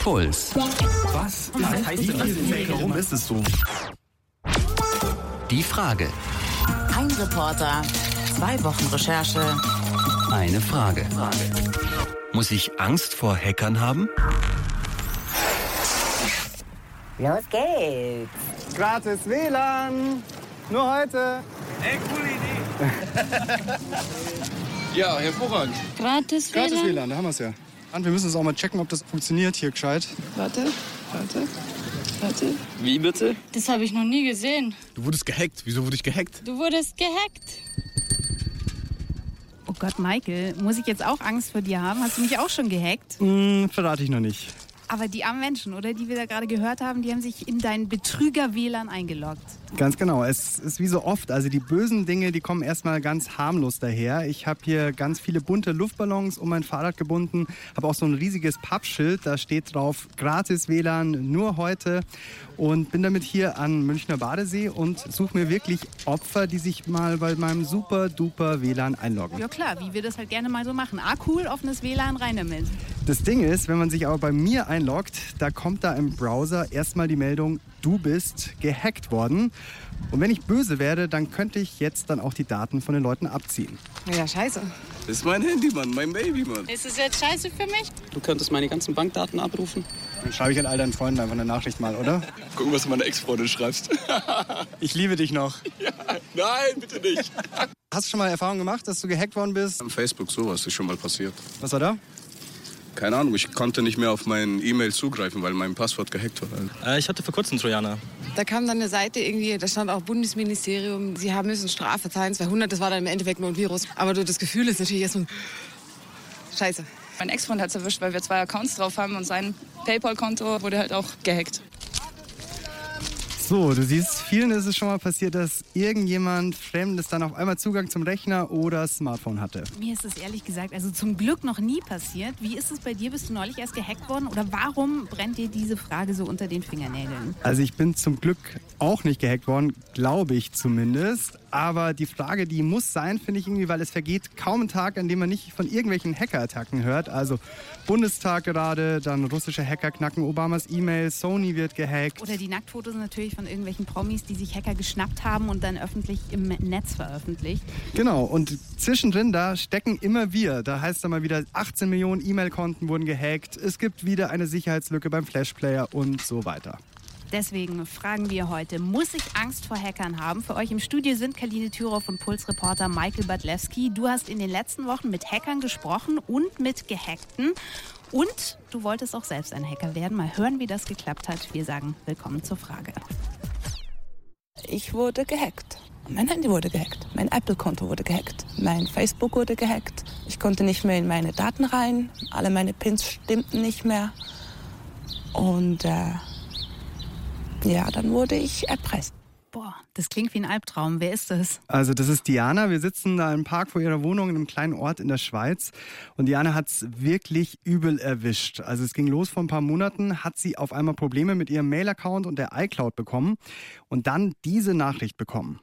Puls. Was heißt denn das? Warum ist es so? Die Frage. Ein Reporter, 2 Wochen Recherche. Eine Frage. Muss ich Angst vor Hackern haben? Los geht's. Gratis WLAN. Nur heute. Ey, coole Idee. Ja, hervorragend. Gratis Gratis WLAN. WLAN, da haben wir es ja. Und wir müssen es auch mal checken, ob das funktioniert hier gescheit. Warte. Wie bitte? Das habe ich noch nie gesehen. Du wurdest gehackt. Wieso wurde ich gehackt? Du wurdest gehackt. Oh Gott, Michael, muss ich jetzt auch Angst vor dir haben? Hast du mich auch schon gehackt? Verrate ich noch nicht. Aber die armen Menschen, oder, die wir da gerade gehört haben, die haben sich in dein Betrüger-WLAN eingeloggt. Ganz genau. Es ist wie so oft. Also die bösen Dinge, die kommen erstmal ganz harmlos daher. Ich habe hier ganz viele bunte Luftballons um mein Fahrrad gebunden. Habe auch so ein riesiges Pappschild. Da steht drauf, gratis WLAN, nur heute. Und bin damit hier an Münchner Badesee und suche mir wirklich Opfer, die sich mal bei meinem super-duper WLAN einloggen. Ja klar, wie wir das halt gerne mal so machen. Cool, offenes WLAN, rein damit. Das Ding ist, wenn man sich aber bei mir einloggt, da kommt da im Browser erstmal die Meldung, du bist gehackt worden. Und wenn ich böse werde, dann könnte ich jetzt dann auch die Daten von den Leuten abziehen. Ja, scheiße. Das ist mein Handy, Mann. Mein Baby, Mann. Ist es jetzt scheiße für mich? Du könntest meine ganzen Bankdaten abrufen. Dann schreibe ich an all deinen Freunden einfach eine Nachricht mal, oder? Guck, was du meiner Ex-Freundin schreibst. Ich liebe dich noch. Ja. Nein, bitte nicht. Hast du schon mal Erfahrung gemacht, dass du gehackt worden bist? Am Facebook, sowas ist schon mal passiert. Was war da? Keine Ahnung, ich konnte nicht mehr auf mein E-Mail zugreifen, weil mein Passwort gehackt war. Ich hatte vor kurzem Trojaner. Da kam dann eine Seite irgendwie, da stand auch Bundesministerium, Sie haben müssen Strafe zahlen, 200, das war dann im Endeffekt nur ein Virus. Aber das Gefühl ist natürlich erstmal scheiße. Mein Ex-Freund hat es erwischt, weil wir 2 Accounts drauf haben und sein PayPal-Konto wurde halt auch gehackt. So, du siehst, vielen ist es schon mal passiert, dass irgendjemand Fremdes dann auf einmal Zugang zum Rechner oder Smartphone hatte. Mir ist es ehrlich gesagt also zum Glück noch nie passiert. Wie ist es bei dir? Bist du neulich erst gehackt worden? Oder warum brennt dir diese Frage so unter den Fingernägeln? Also ich bin zum Glück auch nicht gehackt worden, glaube ich zumindest. Aber die Frage, die muss sein, finde ich irgendwie, weil es vergeht kaum ein Tag, an dem man nicht von irgendwelchen Hackerattacken hört. Also Bundestag gerade, dann russische Hacker knacken Obamas E-Mail, Sony wird gehackt. Oder die Nacktfotos natürlich von irgendwelchen Promis, die sich Hacker geschnappt haben und dann öffentlich im Netz veröffentlicht. Genau, und zwischendrin da stecken immer wir. Da heißt dann mal wieder, 18 Millionen E-Mail-Konten wurden gehackt. Es gibt wieder eine Sicherheitslücke beim Flashplayer und so weiter. Deswegen fragen wir heute, muss ich Angst vor Hackern haben? Für euch im Studio sind Kaline Thürow und Pulsreporter Michael Badlewski. Du hast in den letzten Wochen mit Hackern gesprochen und mit Gehackten. Und du wolltest auch selbst ein Hacker werden. Mal hören, wie das geklappt hat. Wir sagen willkommen zur Frage. Ich wurde gehackt. Mein Handy wurde gehackt. Mein Apple-Konto wurde gehackt. Mein Facebook wurde gehackt. Ich konnte nicht mehr in meine Daten rein. Alle meine Pins stimmten nicht mehr. Und ja, dann wurde ich erpresst. Boah, das klingt wie ein Albtraum. Wer ist das? Also das ist Diana. Wir sitzen da im Park vor ihrer Wohnung in einem kleinen Ort in der Schweiz. Und Diana hat es wirklich übel erwischt. Also es ging los vor ein paar Monaten, hat sie auf einmal Probleme mit ihrem Mail-Account und der iCloud bekommen. Und dann diese Nachricht bekommen.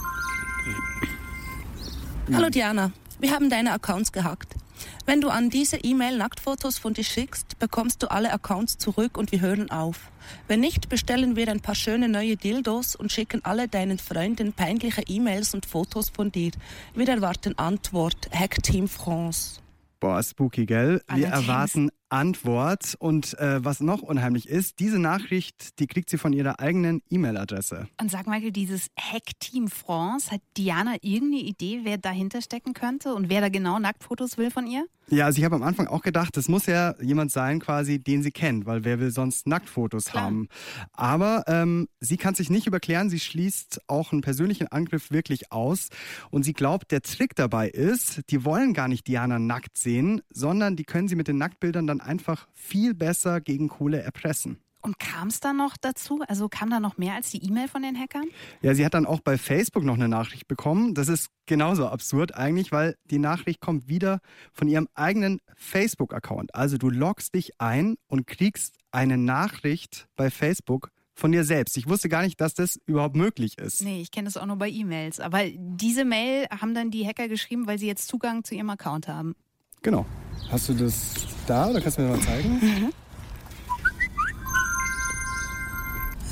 Hallo Diana, wir haben deine Accounts gehackt. Wenn du an diese E-Mail Nacktfotos von dir schickst, bekommst du alle Accounts zurück und wir hören auf. Wenn nicht, bestellen wir ein paar schöne neue Dildos und schicken alle deinen Freunden peinliche E-Mails und Fotos von dir. Wir erwarten Antwort. Hack Team France. Boah, spooky, gell? Wir Allerdings. erwarten Antwort. Und was noch unheimlich ist, diese Nachricht, die kriegt sie von ihrer eigenen E-Mail-Adresse. Und sag Michael, dieses Hack-Team France, hat Diana irgendeine Idee, wer dahinter stecken könnte und wer da genau Nacktfotos will von ihr? Ja, also ich habe am Anfang auch gedacht, das muss ja jemand sein quasi, den sie kennt, weil wer will sonst Nacktfotos Klar. haben. Aber sie kann sich nicht überklären, sie schließt auch einen persönlichen Angriff wirklich aus und sie glaubt, der Trick dabei ist, die wollen gar nicht Diana nackt sehen, sondern die können sie mit den Nacktbildern dann einfach viel besser gegen Kohle erpressen. Und kam es da noch dazu? Also kam da noch mehr als die E-Mail von den Hackern? Ja, sie hat dann auch bei Facebook noch eine Nachricht bekommen. Das ist genauso absurd eigentlich, weil die Nachricht kommt wieder von ihrem eigenen Facebook-Account. Also du loggst dich ein und kriegst eine Nachricht bei Facebook von dir selbst. Ich wusste gar nicht, dass das überhaupt möglich ist. Nee, ich kenne das auch nur bei E-Mails. Aber diese Mail haben dann die Hacker geschrieben, weil sie jetzt Zugang zu ihrem Account haben. Genau. Hast du das da oder kannst du mir das mal zeigen?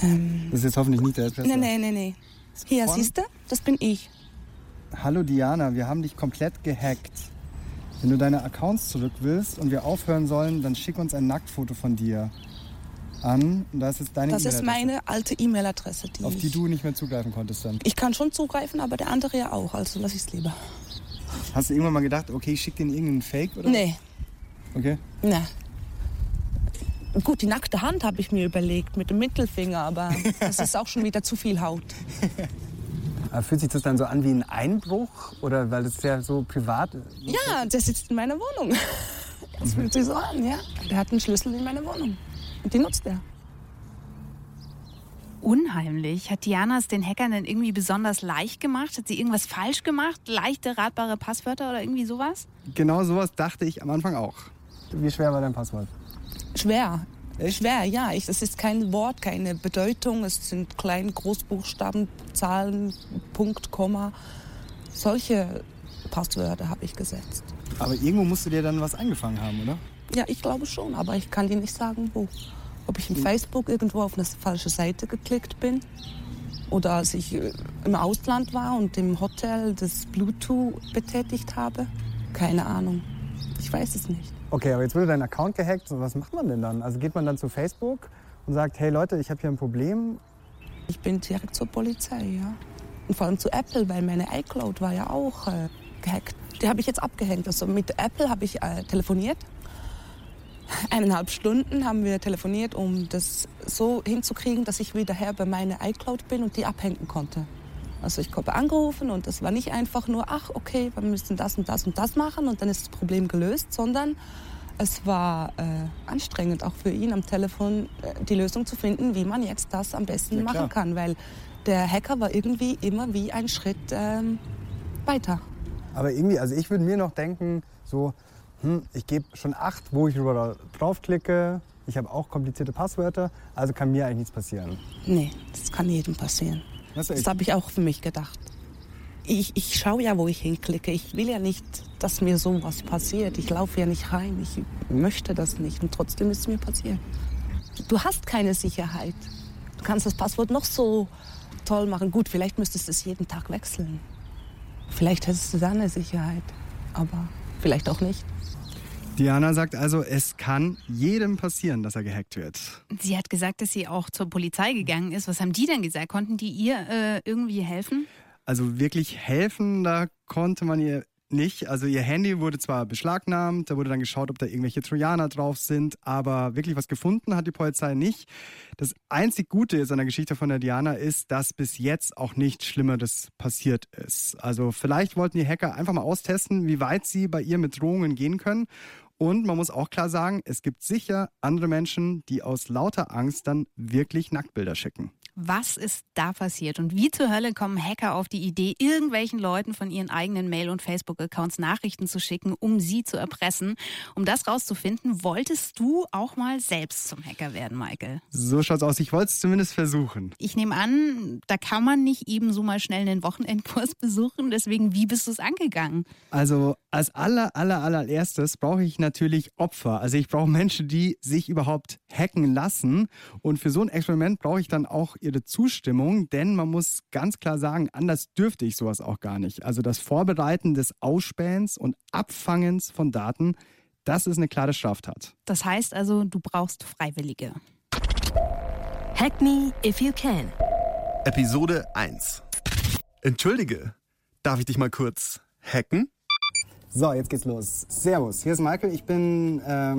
Das ist jetzt hoffentlich nicht der Espresso. Nee. Hier, siehst du? Das bin ich. Hallo Diana, wir haben dich komplett gehackt. Wenn du deine Accounts zurück willst und wir aufhören sollen, dann schick uns ein Nacktfoto von dir an. Und das ist deine Das E-Mail-Adresse. ist meine alte E-Mail-Adresse. Auf die du nicht mehr zugreifen konntest dann. Ich kann schon zugreifen, aber der andere ja auch. Also lass ich es lieber. Hast du irgendwann mal gedacht, okay, ich schick dir irgendeinen Fake? Oder? Nee. Okay. Na. Gut, die nackte Hand habe ich mir überlegt mit dem Mittelfinger, aber das ist auch schon wieder zu viel Haut. Aber fühlt sich das dann so an wie ein Einbruch? Oder weil das ja so privat ist? Ja, der sitzt in meiner Wohnung. Das fühlt sich so an, ja. Der hat einen Schlüssel in meiner Wohnung. Und die nutzt er. Unheimlich. Hat Diana es den Hackern denn irgendwie besonders leicht gemacht? Hat sie irgendwas falsch gemacht? Leichte, ratbare Passwörter oder irgendwie sowas? Genau sowas dachte ich am Anfang auch. Wie schwer war dein Passwort? Schwer. Echt? Schwer, ja. Es ist kein Wort, keine Bedeutung. Es sind kleine Großbuchstaben, Zahlen, Punkt, Komma. Solche Passwörter habe ich gesetzt. Aber irgendwo musst du dir dann was eingefangen haben, oder? Ja, ich glaube schon, aber ich kann dir nicht sagen, wo. Ob ich im Facebook irgendwo auf eine falsche Seite geklickt bin oder als ich im Ausland war und im Hotel das Bluetooth betätigt habe. Keine Ahnung. Ich weiß es nicht. Okay, aber jetzt wurde dein Account gehackt. Was macht man denn dann? Also geht man dann zu Facebook und sagt, hey Leute, ich habe hier ein Problem? Ich bin direkt zur Polizei, ja. Und vor allem zu Apple, weil meine iCloud war ja auch gehackt. Die habe ich jetzt abgehängt. Also mit Apple habe ich telefoniert. 1,5 Stunden haben wir telefoniert, um das so hinzukriegen, dass ich wieder bei meiner iCloud bin und die abhängen konnte. Also ich habe angerufen und es war nicht einfach nur, ach okay, wir müssen das und das und das machen und dann ist das Problem gelöst, sondern es war anstrengend auch für ihn am Telefon die Lösung zu finden, wie man jetzt das am besten machen kann, weil der Hacker war irgendwie immer wie ein Schritt weiter. Aber irgendwie, also ich würde mir noch denken, so, ich gebe schon 8, wo ich draufklicke. Ich habe auch komplizierte Passwörter, also kann mir eigentlich nichts passieren. Nee, das kann jedem passieren. Das habe ich auch für mich gedacht. Ich schaue ja, wo ich hinklicke. Ich will ja nicht, dass mir sowas passiert. Ich laufe ja nicht rein. Ich möchte das nicht. Und trotzdem ist es mir passiert. Du hast keine Sicherheit. Du kannst das Passwort noch so toll machen. Gut, vielleicht müsstest du es jeden Tag wechseln. Vielleicht hättest du da eine Sicherheit. Aber vielleicht auch nicht. Diana sagt also, es kann jedem passieren, dass er gehackt wird. Sie hat gesagt, dass sie auch zur Polizei gegangen ist. Was haben die denn gesagt? Konnten die ihr irgendwie helfen? Also wirklich helfen, da konnte man ihr nicht. Also ihr Handy wurde zwar beschlagnahmt, da wurde dann geschaut, ob da irgendwelche Trojaner drauf sind, aber wirklich was gefunden hat die Polizei nicht. Das einzig Gute jetzt an der Geschichte von der Diana ist, dass bis jetzt auch nichts Schlimmeres passiert ist. Also vielleicht wollten die Hacker einfach mal austesten, wie weit sie bei ihr mit Drohungen gehen können. Und man muss auch klar sagen, es gibt sicher andere Menschen, die aus lauter Angst dann wirklich Nacktbilder schicken. Was ist da passiert und wie zur Hölle kommen Hacker auf die Idee, irgendwelchen Leuten von ihren eigenen Mail- und Facebook-Accounts Nachrichten zu schicken, um sie zu erpressen? Um das rauszufinden, wolltest du auch mal selbst zum Hacker werden, Michael? So schaut's aus. Ich wollte es zumindest versuchen. Ich nehme an, da kann man nicht eben so mal schnell einen Wochenendkurs besuchen. Deswegen, wie bist du es angegangen? Also als allererstes brauche ich natürlich Opfer. Also ich brauche Menschen, die sich überhaupt hacken lassen. Und für so ein Experiment brauche ich dann auch ihre Zustimmung, denn man muss ganz klar sagen, anders dürfte ich sowas auch gar nicht. Also das Vorbereiten des Ausspähens und Abfangens von Daten, das ist eine klare Straftat. Das heißt also, du brauchst Freiwillige. Hack me if you can. Episode 1. Entschuldige, darf ich dich mal kurz hacken? So, jetzt geht's los. Servus, hier ist Michael. Ich bin,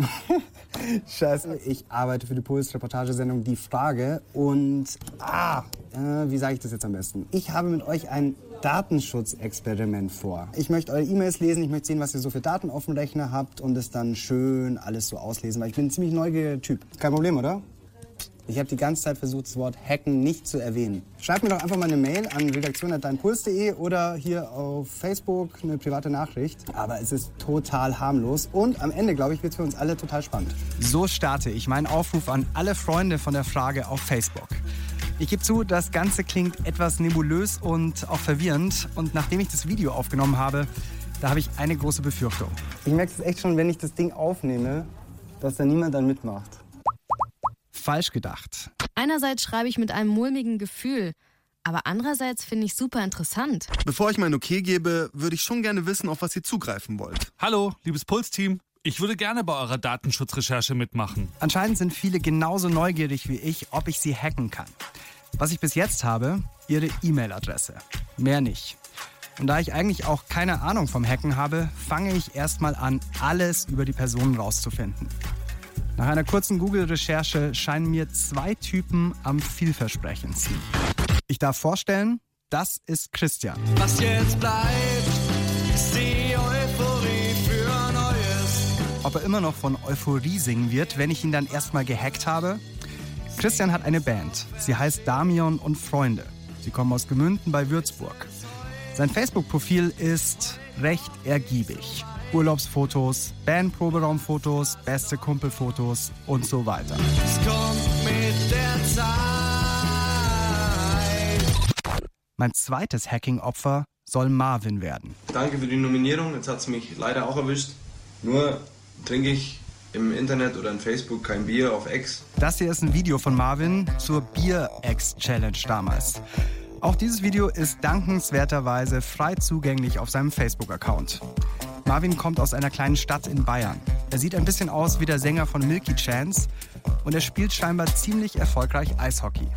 ich arbeite für die Puls-Reportagesendung Die Frage. Und, wie sage ich das jetzt am besten? Ich habe mit euch ein Datenschutzexperiment vor. Ich möchte eure E-Mails lesen, ich möchte sehen, was ihr so für Daten auf dem Rechner habt und es dann schön alles so auslesen, weil ich bin ein ziemlich neugieriger Typ. Kein Problem, oder? Ich habe die ganze Zeit versucht, das Wort hacken nicht zu erwähnen. Schreibt mir doch einfach mal eine Mail an redaktion@deinpuls.de oder hier auf Facebook eine private Nachricht. Aber es ist total harmlos und am Ende, glaube ich, wird es für uns alle total spannend. So starte ich meinen Aufruf an alle Freunde von der Frage auf Facebook. Ich gebe zu, das Ganze klingt etwas nebulös und auch verwirrend. Und nachdem ich das Video aufgenommen habe, da habe ich eine große Befürchtung. Ich merke es echt schon, wenn ich das Ding aufnehme, dass da niemand dann mitmacht. Falsch gedacht. Einerseits schreibe ich mit einem mulmigen Gefühl, aber andererseits finde ich super interessant. Bevor ich mein Okay gebe, würde ich schon gerne wissen, auf was ihr zugreifen wollt. Hallo, liebes Puls-Team. Ich würde gerne bei eurer Datenschutzrecherche mitmachen. Anscheinend sind viele genauso neugierig wie ich, ob ich sie hacken kann. Was ich bis jetzt habe, ihre E-Mail-Adresse. Mehr nicht. Und da ich eigentlich auch keine Ahnung vom Hacken habe, fange ich erstmal an, alles über die Person rauszufinden. Nach einer kurzen Google-Recherche scheinen mir 2 Typen am vielversprechendsten. Ich darf vorstellen, das ist Christian. Was jetzt bleibt, ist die Euphorie für Neues. Ob er immer noch von Euphorie singen wird, wenn ich ihn dann erstmal gehackt habe? Christian hat eine Band. Sie heißt Damion und Freunde. Sie kommen aus Gemünden bei Würzburg. Sein Facebook-Profil ist recht ergiebig. Urlaubsfotos, Bandproberaumfotos, beste Kumpelfotos und so weiter. Es kommt mit der Zeit. Mein zweites Hacking-Opfer soll Marvin werden. Danke für die Nominierung, jetzt hat es mich leider auch erwischt. Nur trinke ich im Internet oder in Facebook kein Bier auf X. Das hier ist ein Video von Marvin zur Bier-X-Challenge damals. Auch dieses Video ist dankenswerterweise frei zugänglich auf seinem Facebook-Account. Marvin kommt aus einer kleinen Stadt in Bayern. Er sieht ein bisschen aus wie der Sänger von Milky Chance und er spielt scheinbar ziemlich erfolgreich Eishockey.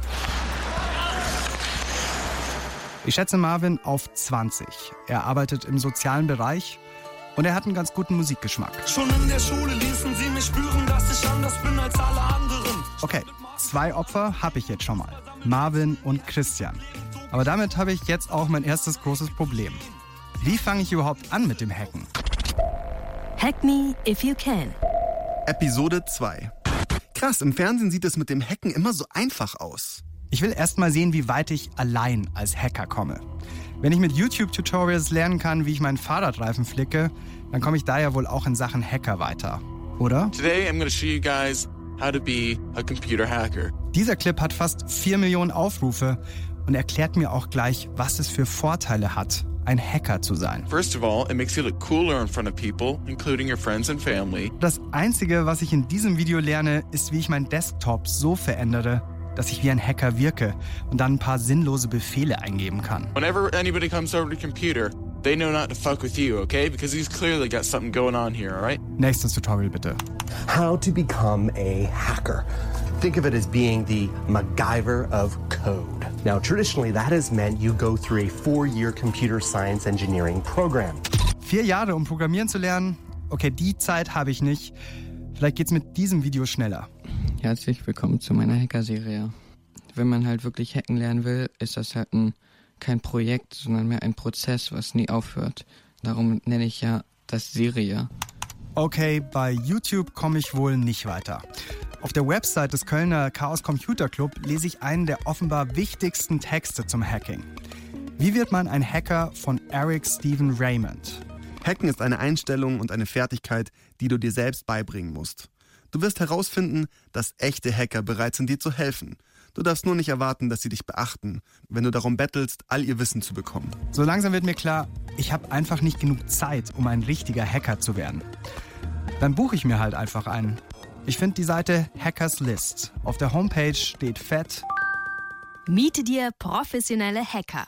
Ich schätze Marvin auf 20. Er arbeitet im sozialen Bereich und er hat einen ganz guten Musikgeschmack. Schon in der Schule ließen sie mich spüren, dass ich anders bin als alle anderen. Okay, 2 Opfer habe ich jetzt schon mal. Marvin und Christian. Aber damit habe ich jetzt auch mein erstes großes Problem. Wie fange ich überhaupt an mit dem Hacken? Hack Me If You Can. Episode 2. Krass, im Fernsehen sieht es mit dem Hacken immer so einfach aus. Ich will erst mal sehen, wie weit ich allein als Hacker komme. Wenn ich mit YouTube-Tutorials lernen kann, wie ich meinen Fahrradreifen flicke, dann komme ich da ja wohl auch in Sachen Hacker weiter. Oder? Today I'm going to show you guys how to be a computer hacker. Dieser Clip hat fast 4 Millionen Aufrufe und erklärt mir auch gleich, was es für Vorteile hat, ein Hacker zu sein. First of all, it makes you look cooler in front of people, including your friends and family. Das Einzige, was ich in diesem Video lerne, ist, wie ich meinen Desktop so verändere, dass ich wie ein Hacker wirke und dann ein paar sinnlose Befehle eingeben kann. Whenever anybody comes over to the computer, they know not to fuck with you, okay? Because he's clearly got something going on here, all right? Nächstes Tutorial bitte. How to become a hacker. Think of it as being the MacGyver of code. Now, traditionally, that has meant you go through a 4-year computer science engineering program. 4 Jahre, um programmieren zu lernen? Okay, die Zeit habe ich nicht. Vielleicht geht's mit diesem Video schneller. Herzlich willkommen zu meiner Hacker-Serie. Wenn man halt wirklich hacken lernen will, ist das halt kein Projekt, sondern mehr ein Prozess, was nie aufhört. Darum nenne ich ja das Serie. Okay, bei YouTube komme ich wohl nicht weiter. Auf der Website des Kölner Chaos Computer Club lese ich einen der offenbar wichtigsten Texte zum Hacking. Wie wird man ein Hacker von Eric Stephen Raymond? Hacken ist eine Einstellung und eine Fertigkeit, die du dir selbst beibringen musst. Du wirst herausfinden, dass echte Hacker bereit sind, dir zu helfen. Du darfst nur nicht erwarten, dass sie dich beachten, wenn du darum bettelst, all ihr Wissen zu bekommen. So langsam wird mir klar, ich habe einfach nicht genug Zeit, um ein richtiger Hacker zu werden. Dann buche ich mir halt einfach einen. Ich finde die Seite Hackers List. Auf der Homepage steht fett: Miete dir professionelle Hacker.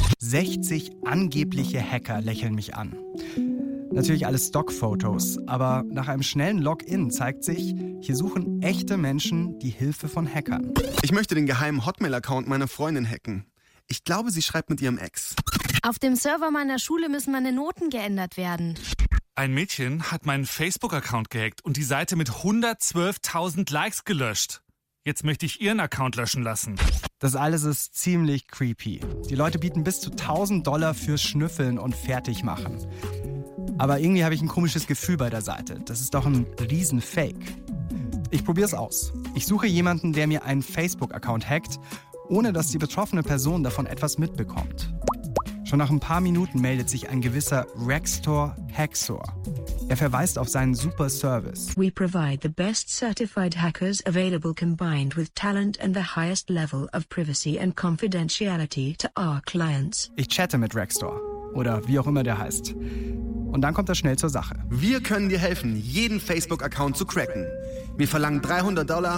60 angebliche Hacker lächeln mich an. Natürlich alles Stockfotos, aber nach einem schnellen Login zeigt sich, hier suchen echte Menschen die Hilfe von Hackern. Ich möchte den geheimen Hotmail-Account meiner Freundin hacken. Ich glaube, sie schreibt mit ihrem Ex. Auf dem Server meiner Schule müssen meine Noten geändert werden. Ein Mädchen hat meinen Facebook-Account gehackt und die Seite mit 112.000 Likes gelöscht. Jetzt möchte ich ihren Account löschen lassen. Das alles ist ziemlich creepy. Die Leute bieten bis zu $1.000 fürs Schnüffeln und Fertigmachen. Aber irgendwie habe ich ein komisches Gefühl bei der Seite. Das ist doch ein Riesen-Fake. Ich probiere es aus. Ich suche jemanden, der mir einen Facebook-Account hackt, ohne dass die betroffene Person davon etwas mitbekommt. Schon nach ein paar Minuten meldet sich ein gewisser Rextor Haxor. Er verweist auf seinen super Service. We provide the best certified hackers available combined with talent and the highest level of privacy and confidentiality to our clients. Ich chatte mit Rextor. Oder wie auch immer der heißt. Und dann kommt er schnell zur Sache. Wir können dir helfen, jeden Facebook-Account zu cracken. Wir verlangen $300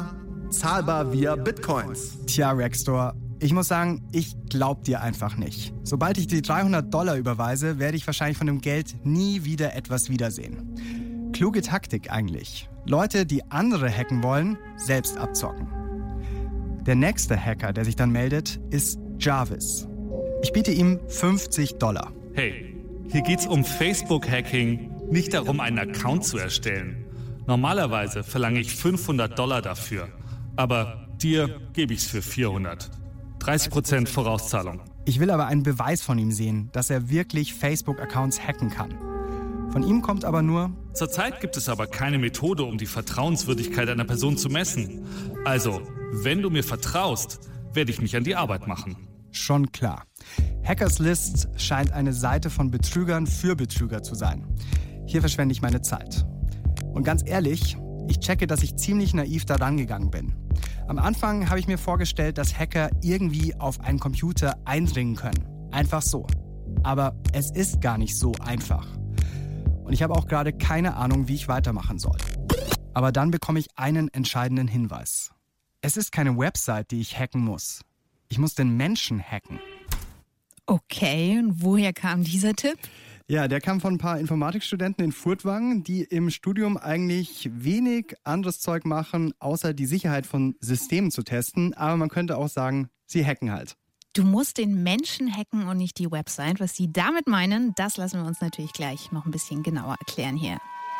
zahlbar via Bitcoins. Tja, Rextor, ich muss sagen, ich glaub dir einfach nicht. Sobald ich die $300 überweise, werde ich wahrscheinlich von dem Geld nie wieder etwas wiedersehen. Kluge Taktik eigentlich. Leute, die andere hacken wollen, selbst abzocken. Der nächste Hacker, der sich dann meldet, ist Jarvis. Ich biete ihm $50. Hey, hier geht's um Facebook-Hacking, nicht darum, einen Account zu erstellen. Normalerweise verlange ich $500 dafür, aber dir gebe ich's für 400. 30% Vorauszahlung. Ich will aber einen Beweis von ihm sehen, dass er wirklich Facebook-Accounts hacken kann. Von ihm kommt aber nur: Zurzeit gibt es aber keine Methode, um die Vertrauenswürdigkeit einer Person zu messen. Also, wenn du mir vertraust, werde ich mich an die Arbeit machen. Schon klar. Hackers List scheint eine Seite von Betrügern für Betrüger zu sein. Hier verschwende ich meine Zeit. Und ganz ehrlich, ich checke, dass ich ziemlich naiv da rangegangen bin. Am Anfang habe ich mir vorgestellt, dass Hacker irgendwie auf einen Computer eindringen können. Einfach so. Aber es ist gar nicht so einfach. Und ich habe auch gerade keine Ahnung, wie ich weitermachen soll. Aber dann bekomme ich einen entscheidenden Hinweis. Es ist keine Website, die ich hacken muss. Ich muss den Menschen hacken. Okay, und woher kam dieser Tipp? Ja, der kam von ein paar Informatikstudenten in Furtwangen, die im Studium eigentlich wenig anderes Zeug machen, außer die Sicherheit von Systemen zu testen. Aber man könnte auch sagen, sie hacken halt. Du musst den Menschen hacken und nicht die Website. Was sie damit meinen, das lassen wir uns natürlich gleich noch ein bisschen genauer erklären hier.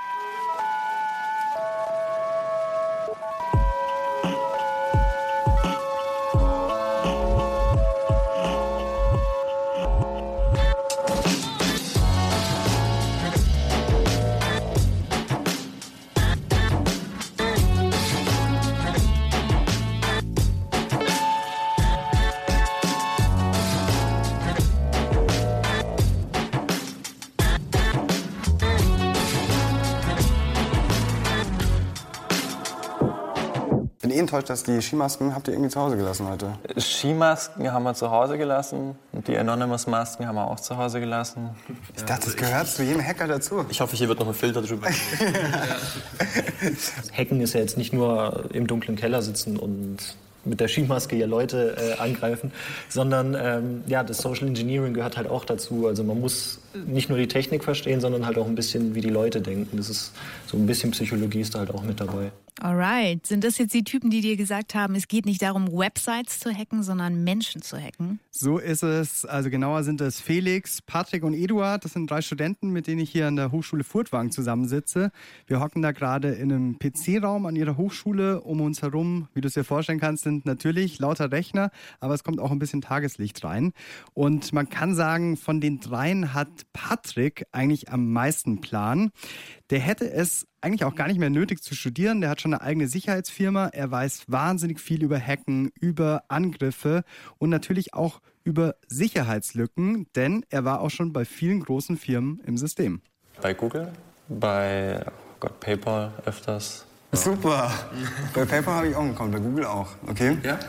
Ich bin enttäuscht, dass die Skimasken habt ihr irgendwie zu Hause gelassen heute. Skimasken haben wir zu Hause gelassen und die Anonymous-Masken haben wir auch zu Hause gelassen. Ich dachte, das gehört zu jedem Hacker dazu. Ich hoffe, hier wird noch ein Filter drüber. Hacken ist ja jetzt nicht nur im dunklen Keller sitzen und mit der Skimaske ja Leute angreifen, sondern das Social Engineering gehört halt auch dazu. Also man muss nicht nur die Technik verstehen, sondern halt auch ein bisschen, wie die Leute denken. Das ist so ein bisschen Psychologie ist da halt auch mit dabei. Alright, sind das jetzt die Typen, die dir gesagt haben, es geht nicht darum, Websites zu hacken, sondern Menschen zu hacken? So ist es. Also genauer sind es Felix, Patrick und Eduard. Das sind 3 Studenten, mit denen ich hier an der Hochschule Furtwangen zusammensitze. Wir hocken da gerade in einem PC-Raum an ihrer Hochschule. Um uns herum, wie du es dir vorstellen kannst, sind natürlich lauter Rechner, aber es kommt auch ein bisschen Tageslicht rein. Und man kann sagen, von den 3 hat Patrick eigentlich am meisten Plan. Der hätte es eigentlich auch gar nicht mehr nötig zu studieren. Der hat schon eine eigene Sicherheitsfirma. Er weiß wahnsinnig viel über Hacken, über Angriffe und natürlich auch über Sicherheitslücken, denn er war auch schon bei vielen großen Firmen im System. Bei Google, bei PayPal öfters. Super. Bei PayPal habe ich auch einen Account, bei Google auch. Okay. Ja.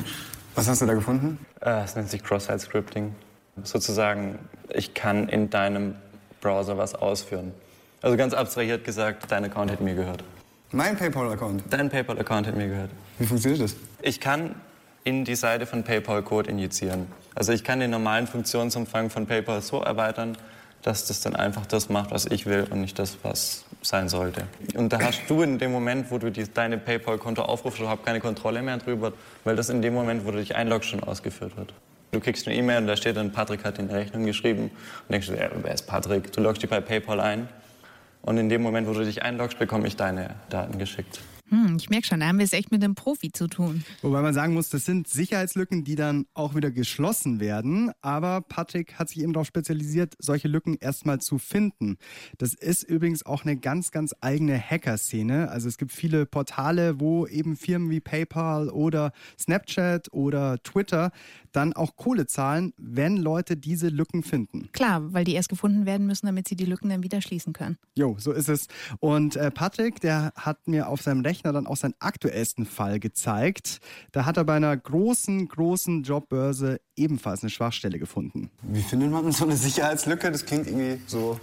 Was hast du da gefunden? Es nennt sich Cross-Site-Scripting. Sozusagen, ich kann in deinem Browser was ausführen. Also ganz abstrahiert gesagt, dein Account hätte mir gehört. Mein PayPal-Account? Dein PayPal-Account hätte mir gehört. Wie funktioniert das? Ich kann in die Seite von PayPal Code injizieren. Also ich kann den normalen Funktionsumfang von PayPal so erweitern, dass das dann einfach das macht, was ich will und nicht das, was sein sollte. Und da hast du in dem Moment, wo du deine PayPal-Konto aufrufst, überhaupt keine Kontrolle mehr drüber, weil das in dem Moment, wo du dich einloggst, schon ausgeführt wird. Du kriegst eine E-Mail und da steht dann, Patrick hat dir eine Rechnung geschrieben. Und denkst du, wer ist Patrick? Du loggst dich bei PayPal ein. Und in dem Moment, wo du dich einloggst, bekomme ich deine Daten geschickt. Ich merke schon, da haben wir es echt mit einem Profi zu tun. Wobei man sagen muss, das sind Sicherheitslücken, die dann auch wieder geschlossen werden. Aber Patrick hat sich eben darauf spezialisiert, solche Lücken erstmal zu finden. Das ist übrigens auch eine ganz, ganz eigene Hacker-Szene. Also es gibt viele Portale, wo eben Firmen wie PayPal oder Snapchat oder Twitter dann auch Kohle zahlen, wenn Leute diese Lücken finden. Klar, weil die erst gefunden werden müssen, damit sie die Lücken dann wieder schließen können. Jo, so ist es. Und Patrick, der hat mir auf seinem Rechner dann auch seinen aktuellsten Fall gezeigt. Da hat er bei einer großen Jobbörse ebenfalls eine Schwachstelle gefunden. Wie findet man so eine Sicherheitslücke? Das klingt irgendwie so...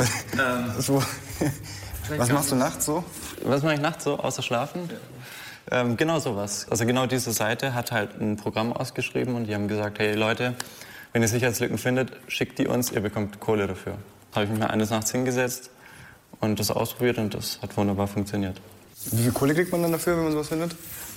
Was machst du nachts so? Was mache ich nachts so, außer schlafen? Genau sowas. Also genau diese Seite hat halt ein Programm ausgeschrieben und die haben gesagt, hey Leute, wenn ihr Sicherheitslücken findet, schickt die uns, ihr bekommt Kohle dafür. Da habe ich mich mal eines Nachts hingesetzt und das ausprobiert und das hat wunderbar funktioniert. Wie viel Kohle kriegt man dann dafür, wenn man sowas findet?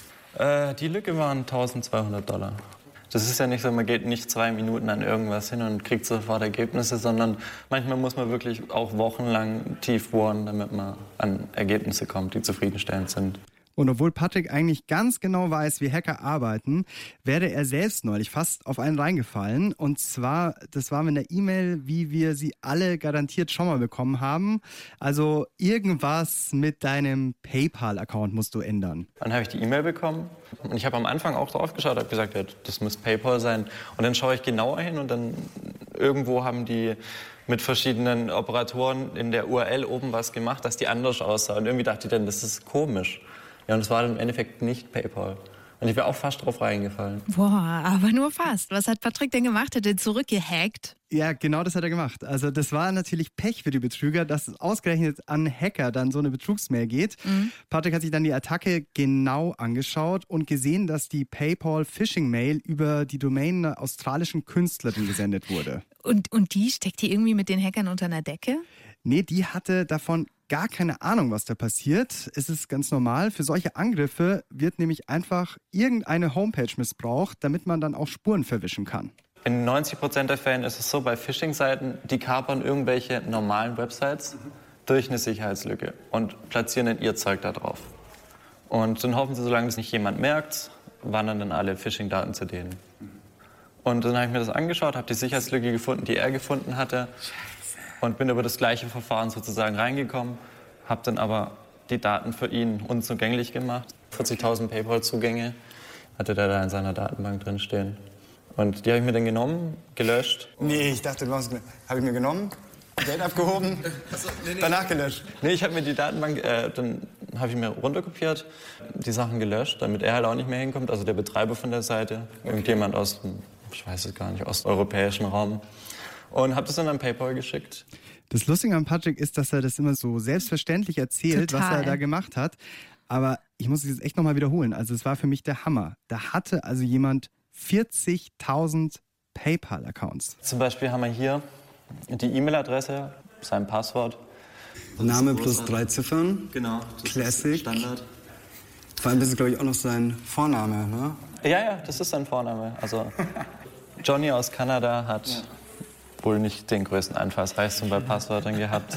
Die Lücke waren $1.200. Das ist ja nicht so, man geht nicht 2 Minuten an irgendwas hin und kriegt sofort Ergebnisse, sondern manchmal muss man wirklich auch wochenlang tief bohren, damit man an Ergebnisse kommt, die zufriedenstellend sind. Und obwohl Patrick eigentlich ganz genau weiß, wie Hacker arbeiten, wäre er selbst neulich fast auf einen reingefallen. Und zwar, das war mit einer E-Mail, wie wir sie alle garantiert schon mal bekommen haben. Also irgendwas mit deinem PayPal-Account musst du ändern. Dann habe ich die E-Mail bekommen und ich habe am Anfang auch drauf geschaut, habe gesagt, ja, das muss PayPal sein. Und dann schaue ich genauer hin und dann irgendwo haben die mit verschiedenen Operatoren in der URL oben was gemacht, dass die anders aussah. Und irgendwie dachte ich dann, das ist komisch. Ja, und es war im Endeffekt nicht PayPal. Und ich wäre auch fast drauf reingefallen. Boah, aber nur fast. Was hat Patrick denn gemacht? Hat er zurückgehackt? Ja, genau das hat er gemacht. Also das war natürlich Pech für die Betrüger, dass es ausgerechnet an Hacker dann so eine Betrugsmail geht. Patrick hat sich dann die Attacke genau angeschaut und gesehen, dass die PayPal-Phishing-Mail über die Domain einer australischen Künstlerin gesendet wurde. Und die steckt hier irgendwie mit den Hackern unter einer Decke? Nee, die hatte davon gar keine Ahnung, was da passiert. Es ist ganz normal. Für solche Angriffe wird nämlich einfach irgendeine Homepage missbraucht, damit man dann auch Spuren verwischen kann. In 90% der Fällen ist es so, bei Phishing-Seiten, die kapern irgendwelche normalen Websites durch eine Sicherheitslücke und platzieren dann ihr Zeug da drauf. Und dann hoffen sie, solange das nicht jemand merkt, wandern dann alle Phishing-Daten zu denen. Und dann habe ich mir das angeschaut, habe die Sicherheitslücke gefunden, die er gefunden hatte. Und bin über das gleiche Verfahren sozusagen reingekommen, habe dann aber die Daten für ihn unzugänglich gemacht. 40.000 PayPal-Zugänge hatte der da in seiner Datenbank drin stehen. Und die habe ich mir dann genommen, gelöscht. Nee, ich dachte, habe ich mir genommen, Geld abgehoben, danach gelöscht. Nee, ich habe mir die Datenbank, dann habe ich mir runterkopiert, die Sachen gelöscht, damit er halt auch nicht mehr hinkommt. Also der Betreiber von der Seite, irgendjemand aus dem, ich weiß es gar nicht, osteuropäischen Raum. Und habe das dann an PayPal geschickt. Das Lustige an Patrick ist, dass er das immer so selbstverständlich erzählt, was er da gemacht hat. Aber ich muss es jetzt echt nochmal wiederholen. Also es war für mich der Hammer. Da hatte also jemand 40.000 PayPal-Accounts. Zum Beispiel haben wir hier die E-Mail-Adresse, sein Passwort. Name plus 3 Ziffern. Genau. Classic. Standard. Vor allem ist es, glaube ich, auch noch sein Vorname, ne? Ja, das ist sein Vorname. Also Johnny aus Kanada hat wohl nicht den größten Einfallsreichtum bei Passwörtern gehabt.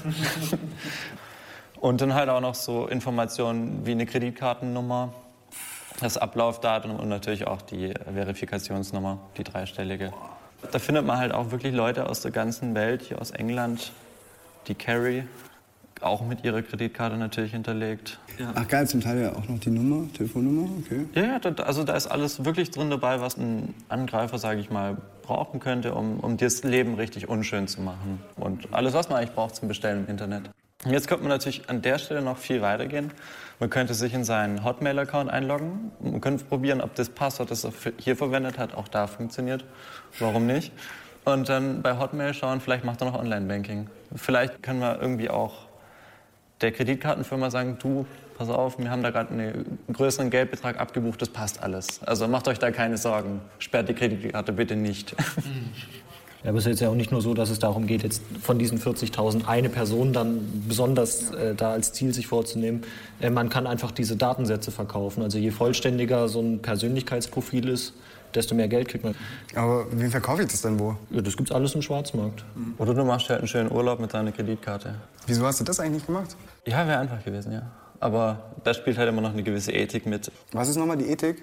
Und dann halt auch noch so Informationen wie eine Kreditkartennummer, das Ablaufdatum und natürlich auch die Verifikationsnummer, die 3-stellige. Da findet man halt auch wirklich Leute aus der ganzen Welt, hier aus England, die Carrie, auch mit ihrer Kreditkarte natürlich hinterlegt. Ja. Ach geil, zum Teil ja auch noch die Nummer, Telefonnummer, okay. Ja, also da ist alles wirklich drin dabei, was ein Angreifer, sage ich mal, brauchen könnte, um das Leben richtig unschön zu machen. Und alles, was man eigentlich braucht zum Bestellen im Internet. Und jetzt könnte man natürlich an der Stelle noch viel weitergehen. Man könnte sich in seinen Hotmail-Account einloggen. Man könnte probieren, ob das Passwort, das er hier verwendet hat, auch da funktioniert. Warum nicht? Und dann bei Hotmail schauen, vielleicht macht er noch Online-Banking. Vielleicht können wir irgendwie auch der Kreditkartenfirma sagen, du, pass auf, wir haben da gerade einen größeren Geldbetrag abgebucht, das passt alles. Also macht euch da keine Sorgen, sperrt die Kreditkarte bitte nicht. Ja, aber es ist jetzt ja auch nicht nur so, dass es darum geht, jetzt von diesen 40.000 eine Person dann besonders da als Ziel sich vorzunehmen. Man kann einfach diese Datensätze verkaufen. Also je vollständiger so ein Persönlichkeitsprofil ist, desto mehr Geld kriegt man. Aber wie verkaufe ich das denn wo? Ja, das gibt's alles im Schwarzmarkt. Oder du machst halt einen schönen Urlaub mit deiner Kreditkarte. Wieso hast du das eigentlich nicht gemacht? Ja, wäre einfach gewesen, ja. Aber da spielt halt immer noch eine gewisse Ethik mit. Was ist nochmal die Ethik?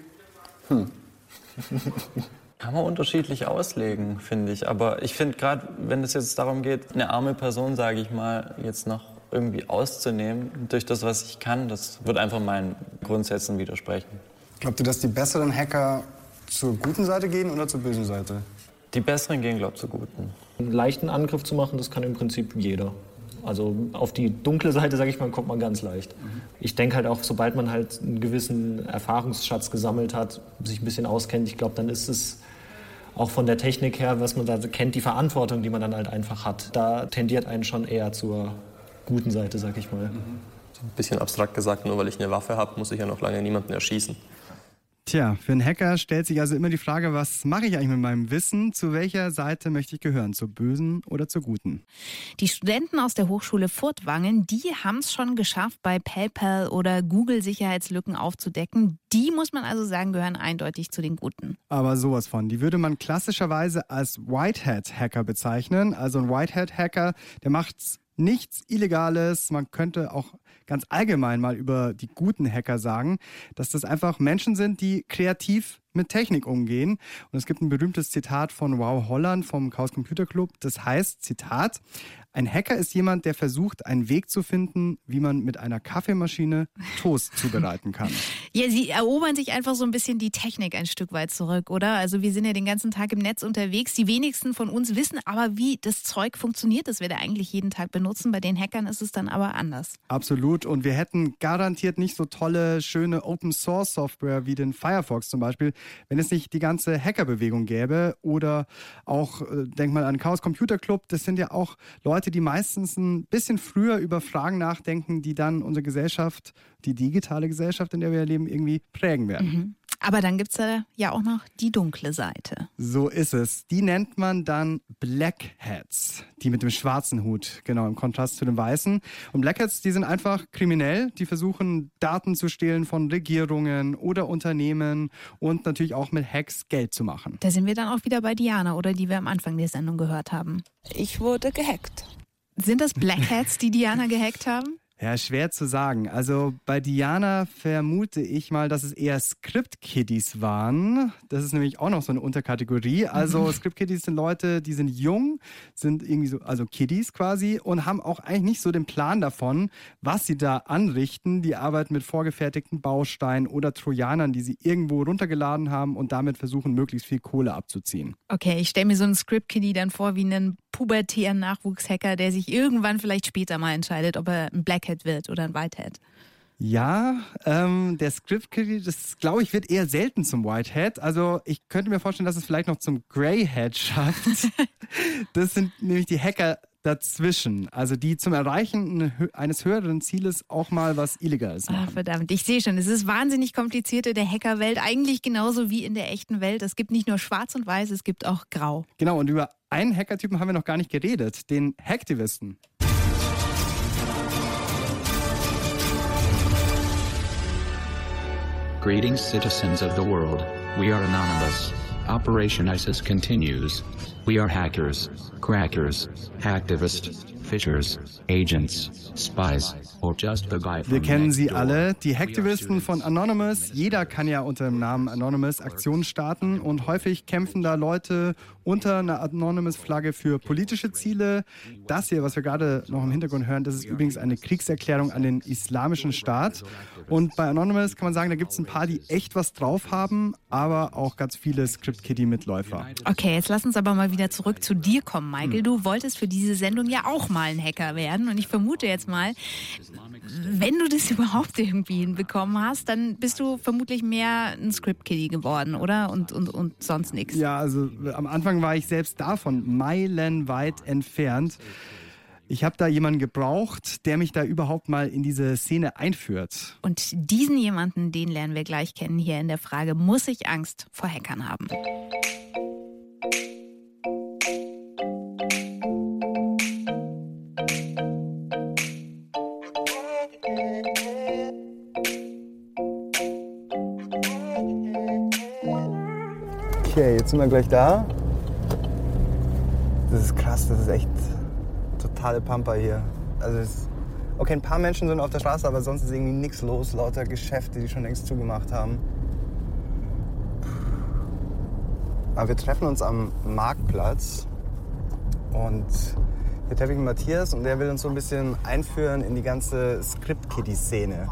Kann man unterschiedlich auslegen, finde ich. Aber ich finde gerade, wenn es jetzt darum geht, eine arme Person, sage ich mal, jetzt noch irgendwie auszunehmen durch das, was ich kann, das wird einfach meinen Grundsätzen widersprechen. Glaubt ihr, dass die besseren Hacker zur guten Seite gehen oder zur bösen Seite? Die besseren gehen, glaube ich, zur guten. Einen leichten Angriff zu machen, das kann im Prinzip jeder. Also auf die dunkle Seite, sage ich mal, kommt man ganz leicht. Ich denke halt auch, sobald man halt einen gewissen Erfahrungsschatz gesammelt hat, sich ein bisschen auskennt, ich glaube, dann ist es auch von der Technik her, was man da kennt, die Verantwortung, die man dann halt einfach hat. Da tendiert einen schon eher zur guten Seite, sag ich mal. Ein bisschen abstrakt gesagt, nur weil ich eine Waffe habe, muss ich ja noch lange niemanden erschießen. Tja, für einen Hacker stellt sich also immer die Frage, was mache ich eigentlich mit meinem Wissen? Zu welcher Seite möchte ich gehören? Zur bösen oder zur guten? Die Studenten aus der Hochschule Furtwangen, die haben es schon geschafft, bei PayPal oder Google Sicherheitslücken aufzudecken. Die, muss man also sagen, gehören eindeutig zu den Guten. Aber sowas von. Die würde man klassischerweise als White-Hat-Hacker bezeichnen. Also ein White-Hat-Hacker, der macht nichts Illegales. Man könnte auch ganz allgemein mal über die guten Hacker sagen, dass das einfach Menschen sind, die kreativ mit Technik umgehen. Und es gibt ein berühmtes Zitat von Wow Holland vom Chaos Computer Club. Das heißt, Zitat, ein Hacker ist jemand, der versucht, einen Weg zu finden, wie man mit einer Kaffeemaschine Toast zubereiten kann. Ja, sie erobern sich einfach so ein bisschen die Technik ein Stück weit zurück, oder? Also wir sind ja den ganzen Tag im Netz unterwegs. Die wenigsten von uns wissen aber, wie das Zeug funktioniert, das wir da eigentlich jeden Tag benutzen. Bei den Hackern ist es dann aber anders. Absolut. Und wir hätten garantiert nicht so tolle, schöne Open-Source-Software wie den Firefox zum Beispiel, wenn es nicht die ganze Hackerbewegung gäbe. Oder auch, denk mal an Chaos Computer Club, das sind ja auch Leute, die meistens ein bisschen früher über Fragen nachdenken, die dann unsere Gesellschaft, die digitale Gesellschaft, in der wir leben, irgendwie prägen werden. Mhm. Aber dann gibt es da ja auch noch die dunkle Seite. So ist es. Die nennt man dann Black Hats. Die mit dem schwarzen Hut, genau, im Kontrast zu den weißen. Und Black Hats, die sind einfach kriminell. Die versuchen, Daten zu stehlen von Regierungen oder Unternehmen und natürlich auch mit Hacks Geld zu machen. Da sind wir dann auch wieder bei Diana, oder die wir am Anfang der Sendung gehört haben. Ich wurde gehackt. Sind das Black Hats, die Diana gehackt haben? Ja, schwer zu sagen. Also bei Diana vermute ich mal, dass es eher Script-Kiddies waren. Das ist nämlich auch noch so eine Unterkategorie. Also Script-Kiddies sind Leute, die sind jung, sind irgendwie so, also Kiddies quasi, und haben auch eigentlich nicht so den Plan davon, was sie da anrichten. Die arbeiten mit vorgefertigten Bausteinen oder Trojanern, die sie irgendwo runtergeladen haben und damit versuchen, möglichst viel Kohle abzuziehen. Okay, ich stelle mir so einen Script-Kiddie dann vor wie einen pubertären Nachwuchshacker, der sich irgendwann vielleicht später mal entscheidet, ob er ein Black Hat wird oder ein White Hat. Ja, der Script-Kiddie, das glaube ich, wird eher selten zum White Hat. Also ich könnte mir vorstellen, dass es vielleicht noch zum Grey Hat schafft. Das sind nämlich die Hacker dazwischen, also die zum Erreichen eines höheren Zieles auch mal was Illegales machen. Ach, verdammt, ich sehe schon, es ist wahnsinnig kompliziert in der Hackerwelt, eigentlich genauso wie in der echten Welt. Es gibt nicht nur schwarz und weiß, es gibt auch grau. Genau, und über einen Hackertypen haben wir noch gar nicht geredet, den Hacktivisten. Greetings, citizens of the world. We are Anonymous. Operation ISIS continues. We are hackers, crackers, hacktivists, fishers, agents, spies, or just the guy from Wir kennen sie next door. alle, die Hacktivisten von Anonymous. Jeder kann ja unter dem Namen Anonymous Aktionen starten und häufig kämpfen da Leute unter einer Anonymous-Flagge für politische Ziele. Das hier, was wir gerade noch im Hintergrund hören, das ist übrigens eine Kriegserklärung an den Islamischen Staat. Und bei Anonymous kann man sagen, da gibt es ein paar, die echt was drauf haben, aber auch ganz viele Script-Kiddie-Mitläufer. Okay, jetzt lass uns aber mal wieder zurück zu dir kommen, Michael. Du wolltest für diese Sendung ja auch mal ein Hacker werden. Und ich vermute jetzt mal, wenn du das überhaupt irgendwie hinbekommen hast, dann bist du vermutlich mehr ein Script-Kiddie geworden, oder? Und sonst nichts. Ja, also am Anfang war ich selbst davon meilenweit entfernt. Ich habe da jemanden gebraucht, der mich da überhaupt mal in diese Szene einführt. Und diesen jemanden, den lernen wir gleich kennen hier in der Frage, muss ich Angst vor Hackern haben? Okay, jetzt sind wir gleich da. Das ist krass, das ist echt totale Pampa hier. Also okay, ein paar Menschen sind auf der Straße, aber sonst ist irgendwie nichts los. Lauter Geschäfte, die schon längst zugemacht haben. Aber wir treffen uns am Marktplatz und hier treffe ich Matthias und der will uns so ein bisschen einführen in die ganze Script-Kiddie-Szene.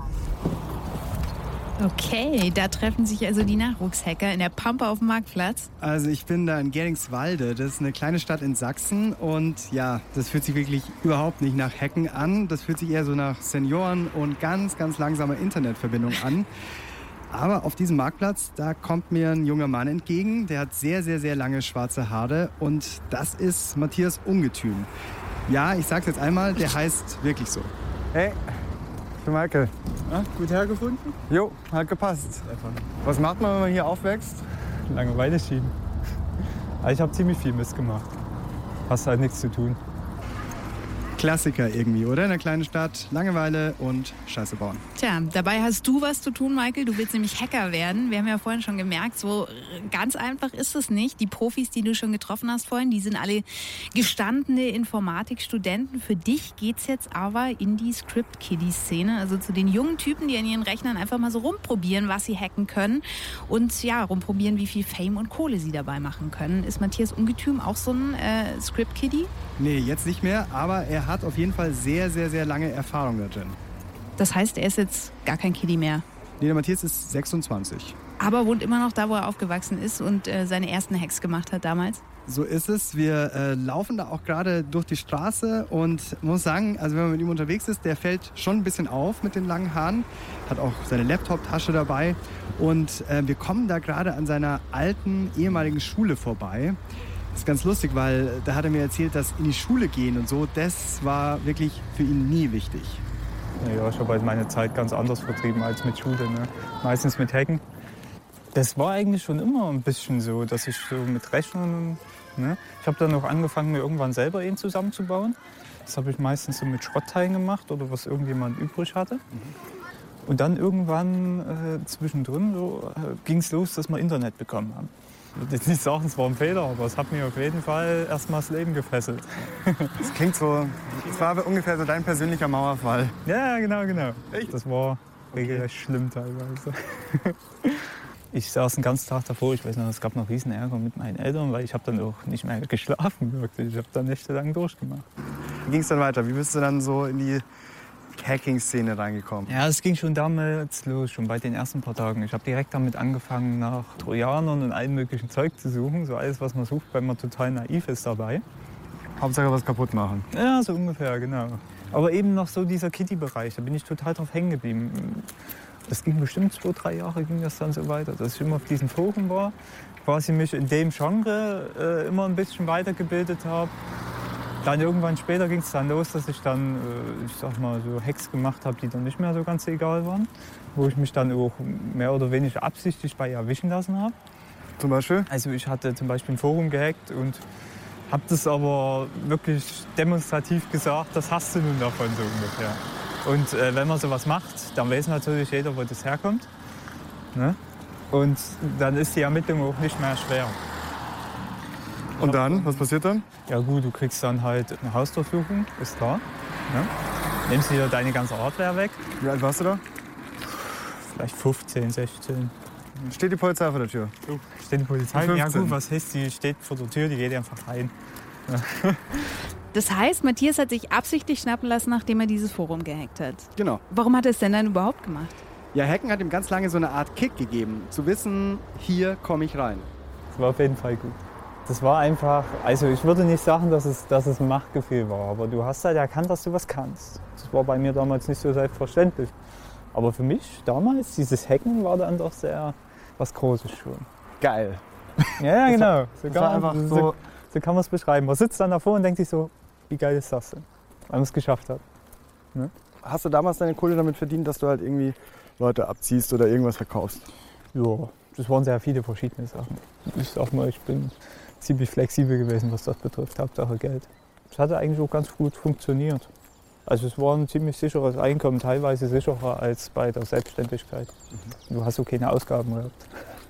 Okay, da treffen sich also die Nachwuchshacker in der Pampa auf dem Marktplatz. Also ich bin da in Geringswalde, das ist eine kleine Stadt in Sachsen und ja, das fühlt sich wirklich überhaupt nicht nach Hacken an. Das fühlt sich eher so nach Senioren und ganz, ganz langsamer Internetverbindung an. Aber auf diesem Marktplatz, da kommt mir ein junger Mann entgegen, der hat sehr, sehr, sehr lange schwarze Haare und das ist Matthias Ungetüm. Ja, ich sag's jetzt einmal, der heißt wirklich so. Hey. für Michael. Ja, gut hergefunden? Jo, hat gepasst. Was macht man, wenn man hier aufwächst? Langeweile schieben. Aber ich habe ziemlich viel Mist gemacht. Hast halt nichts zu tun. Klassiker irgendwie, oder? In einer kleinen Stadt, Langeweile und Scheiße bauen. Tja, dabei hast du was zu tun, Michael. Du willst nämlich Hacker werden. Wir haben ja vorhin schon gemerkt, so ganz einfach ist es nicht. Die Profis, die du schon getroffen hast vorhin, die sind alle gestandene Informatikstudenten. Für dich geht's jetzt aber in die Script-Kiddie-Szene, also zu den jungen Typen, die an ihren Rechnern einfach mal so rumprobieren, was sie hacken können und ja, rumprobieren, wie viel Fame und Kohle sie dabei machen können. Ist Matthias Ungetüm auch so ein Script-Kiddie? Nee, jetzt nicht mehr, aber er hat auf jeden Fall sehr, sehr, sehr lange Erfahrung da drin. Das heißt, er ist jetzt gar kein Kiddie mehr? Nee, der Matthias ist 26. Aber wohnt immer noch da, wo er aufgewachsen ist und seine ersten Hacks gemacht hat damals? So ist es. Wir laufen da auch gerade durch die Straße und muss sagen, also wenn man mit ihm unterwegs ist, der fällt schon ein bisschen auf mit den langen Haaren, hat auch seine Laptop-Tasche dabei und wir kommen da gerade an seiner alten, ehemaligen Schule vorbei. Das ist ganz lustig, weil da hat er mir erzählt, dass in die Schule gehen und so, das war wirklich für ihn nie wichtig. Ja, ich habe halt meine Zeit ganz anders vertrieben als mit Schule. Ne? Meistens mit Hacken. Das war eigentlich schon immer ein bisschen so, dass ich so mit Rechnern... Ne? Ich habe dann auch angefangen, mir irgendwann selber einen zusammenzubauen. Das habe ich meistens so mit Schrottteilen gemacht oder was irgendjemand übrig hatte. Und dann irgendwann zwischendrin so, ging es los, dass wir Internet bekommen haben. Ich würde jetzt nicht sagen, es war ein Fehler, aber es hat mir auf jeden Fall erstmal das Leben gefesselt. Das klingt so, das war ungefähr so dein persönlicher Mauerfall. Ja, genau. Echt? Das war regelrecht schlimm teilweise. Ich saß den ganzen Tag davor, ich weiß noch, es gab noch riesen Ärger mit meinen Eltern, weil ich habe dann auch nicht mehr geschlafen, wirklich. Ich habe dann nächtelang durchgemacht. Wie ging es dann weiter? Wie bist du dann so in die Hacking-Szene reingekommen? Ja, es ging schon damals los, schon bei den ersten paar Tagen. Ich habe direkt damit angefangen, nach Trojanern und allem möglichen Zeug zu suchen. So alles, was man sucht, weil man total naiv ist dabei. Hauptsache was kaputt machen. Ja, so ungefähr, genau. Aber eben noch so dieser Kitty-Bereich, da bin ich total drauf hängen geblieben. Das ging bestimmt 2-3 Jahre, ging das dann so weiter, dass ich immer auf diesen Foren war, quasi mich in dem Genre immer ein bisschen weitergebildet habe. Dann irgendwann später ging es dann los, dass ich dann, ich sag mal, so Hacks gemacht habe, die dann nicht mehr so ganz egal waren. Wo ich mich dann auch mehr oder weniger absichtlich bei erwischen lassen habe. Zum Beispiel? Also ich hatte zum Beispiel ein Forum gehackt und habe das aber wirklich demonstrativ gesagt, das hast du nun davon so ungefähr. Und wenn man sowas macht, dann weiß natürlich jeder, wo das herkommt. Ne? Und dann ist die Ermittlung auch nicht mehr schwer. Und dann? Was passiert dann? Ja gut, du kriegst dann halt eine Hausdurchsuchung, ist klar. Ne? Nimmst dir deine ganze Hardware weg. Wie alt warst du da? Vielleicht 15, 16. Steht die Polizei vor der Tür? Steht die Polizei? Ja gut, was heißt, die steht vor der Tür, die geht einfach rein. Ja. Das heißt, Matthias hat sich absichtlich schnappen lassen, nachdem er dieses Forum gehackt hat. Genau. Warum hat er es denn dann überhaupt gemacht? Ja, Hacken hat ihm ganz lange so eine Art Kick gegeben, zu wissen, hier komme ich rein. Das war auf jeden Fall gut. Das war einfach, also ich würde nicht sagen, dass es ein Machtgefühl war, aber du hast halt erkannt, dass du was kannst. Das war bei mir damals nicht so selbstverständlich. Aber für mich damals, dieses Hacken war dann doch sehr was Großes schon. Geil. Ja, genau. Das war einfach so kann man es beschreiben. Man sitzt dann davor und denkt sich so, wie geil ist das denn, weil man es geschafft hat. Ne? Hast du damals deine Kohle damit verdient, dass du halt irgendwie Leute abziehst oder irgendwas verkaufst? Ja, das waren sehr viele verschiedene Sachen. Ich sag mal, ich bin ziemlich flexibel gewesen, was das betrifft. Hauptsache Geld. Das hatte eigentlich auch ganz gut funktioniert. Also es war ein ziemlich sicheres Einkommen, teilweise sicherer als bei der Selbstständigkeit. Du hast so keine Ausgaben gehabt.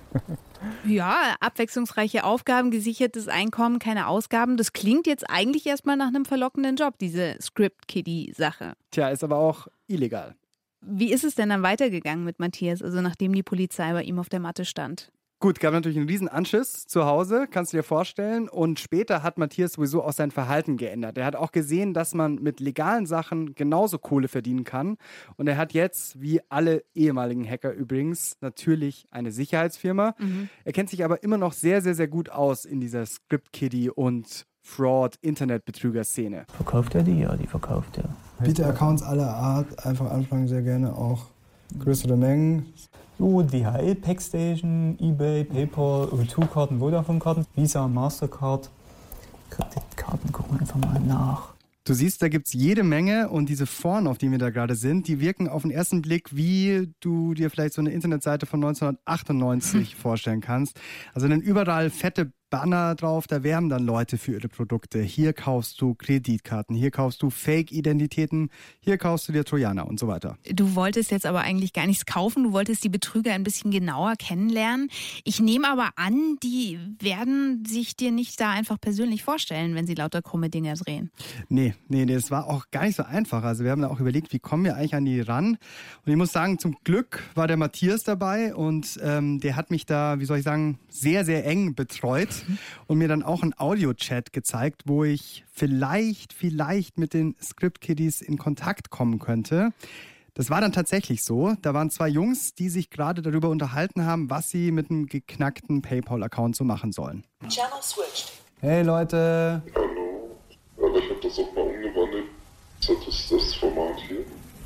Ja, abwechslungsreiche Aufgaben, gesichertes Einkommen, keine Ausgaben. Das klingt jetzt eigentlich erstmal nach einem verlockenden Job, diese Script-Kiddie-Sache. Tja, ist aber auch illegal. Wie ist es denn dann weitergegangen mit Matthias, also nachdem die Polizei bei ihm auf der Matte stand? Gut, gab natürlich einen riesen Anschiss zu Hause, kannst du dir vorstellen. Und später hat Matthias sowieso auch sein Verhalten geändert. Er hat auch gesehen, dass man mit legalen Sachen genauso Kohle verdienen kann. Und er hat jetzt, wie alle ehemaligen Hacker übrigens, natürlich eine Sicherheitsfirma. Er kennt sich aber immer noch sehr, sehr, sehr gut aus in dieser Script-Kiddie- und Fraud-Internetbetrüger-Szene. Verkauft er die? Ja, die verkauft er. Biete Accounts aller Art, einfach anfangen, sehr gerne auch größere Mengen. So, DHL, Packstation, eBay, PayPal, O2-Karten, Vodafone-Karten, Visa, Mastercard, Kreditkarten, gucken wir einfach mal nach. Du siehst, da gibt's jede Menge und diese Foren, auf denen wir da gerade sind, die wirken auf den ersten Blick, wie du dir vielleicht so eine Internetseite von 1998 vorstellen kannst. Also dann überall fette Banner drauf, da werben dann Leute für ihre Produkte. Hier kaufst du Kreditkarten, hier kaufst du Fake-Identitäten, hier kaufst du dir Trojaner und so weiter. Du wolltest jetzt aber eigentlich gar nichts kaufen, du wolltest die Betrüger ein bisschen genauer kennenlernen. Ich nehme aber an, die werden sich dir nicht da einfach persönlich vorstellen, wenn sie lauter krumme Dinge drehen. Nee, das war auch gar nicht so einfach. Also wir haben da auch überlegt, wie kommen wir eigentlich an die ran? Und ich muss sagen, zum Glück war der Matthias dabei und der hat mich da, wie soll ich sagen, sehr, sehr eng betreut. Und mir dann auch einen Audio-Chat gezeigt, wo ich vielleicht mit den Script-Kiddies in Kontakt kommen könnte. Das war dann tatsächlich so. Da waren 2 Jungs, die sich gerade darüber unterhalten haben, was sie mit einem geknackten PayPal-Account so machen sollen. Channel switched. Hey Leute. Hallo. Aber ich habe das auch mal umgewandelt. Das ist das Format hier.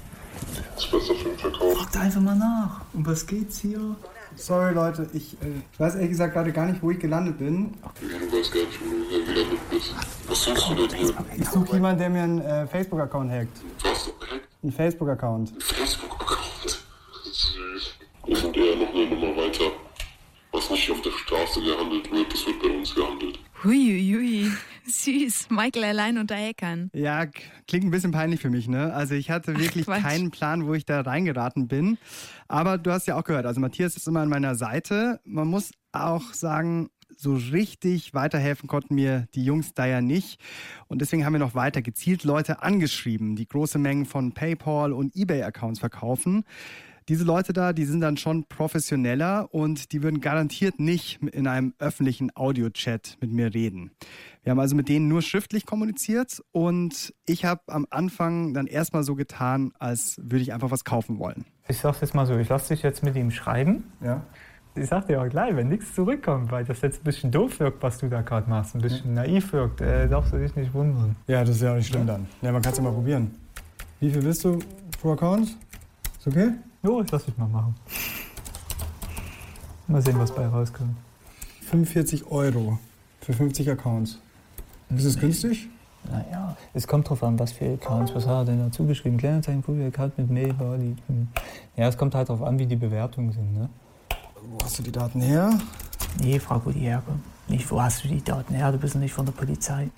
Das ist besser für den Verkauf. Fragt einfach mal nach. Um was geht's hier? Sorry Leute, ich weiß ehrlich gesagt gerade gar nicht, wo ich gelandet bin. Du weißt gar nicht, wo du hier gelandet bist. Was suchst du denn hier? Ich suche jemanden, der mir einen Facebook-Account hackt. Was? Ein Facebook-Account. Ein Facebook-Account? Süß. Wir sind eher noch eine Nummer weiter. Was nicht auf der Straße gehandelt wird, das wird bei uns gehandelt. Huiuiui, süß. Michael allein unter Hackern. Ja, klingt ein bisschen peinlich für mich, ne? Also ich hatte wirklich keinen Plan, wo ich da reingeraten bin. Aber du hast ja auch gehört, also Matthias ist immer an meiner Seite. Man muss auch sagen, so richtig weiterhelfen konnten mir die Jungs da ja nicht. Und deswegen haben wir noch weiter gezielt Leute angeschrieben, die große Mengen von PayPal und eBay-Accounts verkaufen. Diese Leute da, die sind dann schon professioneller und die würden garantiert nicht in einem öffentlichen Audio-Chat mit mir reden. Wir haben also mit denen nur schriftlich kommuniziert und ich habe am Anfang dann erstmal so getan, als würde ich einfach was kaufen wollen. Ich sag's jetzt mal so, ich lasse dich jetzt mit ihm schreiben. Ja. Ich sag dir auch gleich, wenn nichts zurückkommt, weil das jetzt ein bisschen doof wirkt, was du da gerade machst, ein bisschen naiv wirkt, darfst du dich nicht wundern. Ja, das ist ja auch nicht schlimm dann. Ja, man kann es ja mal probieren. Wie viel willst du pro Account? Ist okay? Jo, ich lass dich mal machen. Mal sehen, was bei rauskommt. 45 € für 50 Accounts. Ist es günstig? Naja, es kommt drauf an, was für Accounts. Was hat er denn dazu geschrieben? Kleinanzeigen-Account mit Mailbar. Ja, es kommt halt drauf an, wie die Bewertungen sind, ne? Wo hast du die Daten her? Nee, frag, wo die herkommen. Nicht, wo hast du die Daten her? Du bist nicht von der Polizei.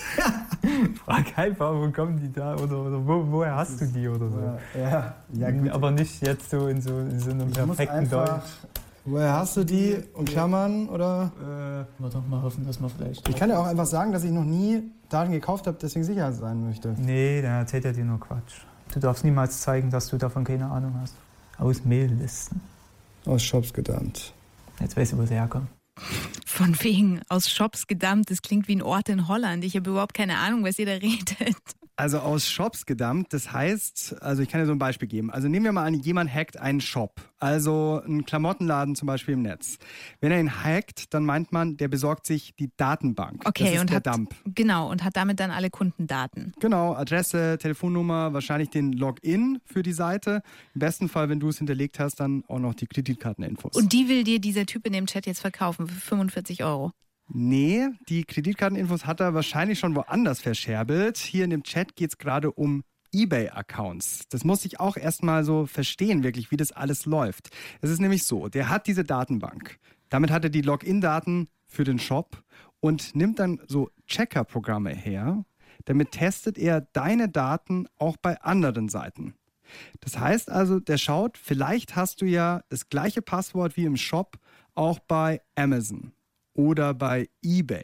Frag einfach, wo kommen die da oder woher hast du die oder so. Ja gut. Aber nicht jetzt so in so einem perfekten Deutsch. Woher hast du die und Klammern oder? Mal doch mal hoffen, dass man vielleicht... Ich kann ja auch einfach sagen, dass ich noch nie Daten gekauft habe, deswegen sicher sein möchte. Nee, dann erzählt er dir nur Quatsch. Du darfst niemals zeigen, dass du davon keine Ahnung hast. Aus Maillisten. Aus Shops gedammt. Jetzt weißt du, wo sie herkommen. Von wegen, aus Shops gedammt, das klingt wie ein Ort in Holland. Ich habe überhaupt keine Ahnung, was ihr da redet. Also aus Shops gedammt, das heißt, also ich kann dir so ein Beispiel geben. Also nehmen wir mal an, jemand hackt einen Shop, also einen Klamottenladen zum Beispiel im Netz. Wenn er ihn hackt, dann meint man, der besorgt sich die Datenbank. Okay, das ist und der hat, Dump. Genau, und hat damit dann alle Kundendaten. Genau, Adresse, Telefonnummer, wahrscheinlich den Login für die Seite. Im besten Fall, wenn du es hinterlegt hast, dann auch noch die Kreditkarteninfos. Und die will dir dieser Typ in dem Chat jetzt verkaufen für 45 €? Nee, die Kreditkarteninfos hat er wahrscheinlich schon woanders verscherbelt. Hier in dem Chat geht es gerade um eBay-Accounts. Das muss ich auch erstmal so verstehen, wirklich, wie das alles läuft. Es ist nämlich so, der hat diese Datenbank. Damit hat er die Login-Daten für den Shop und nimmt dann so Checker-Programme her. Damit testet er deine Daten auch bei anderen Seiten. Das heißt also, der schaut, vielleicht hast du ja das gleiche Passwort wie im Shop auch bei Amazon oder bei eBay.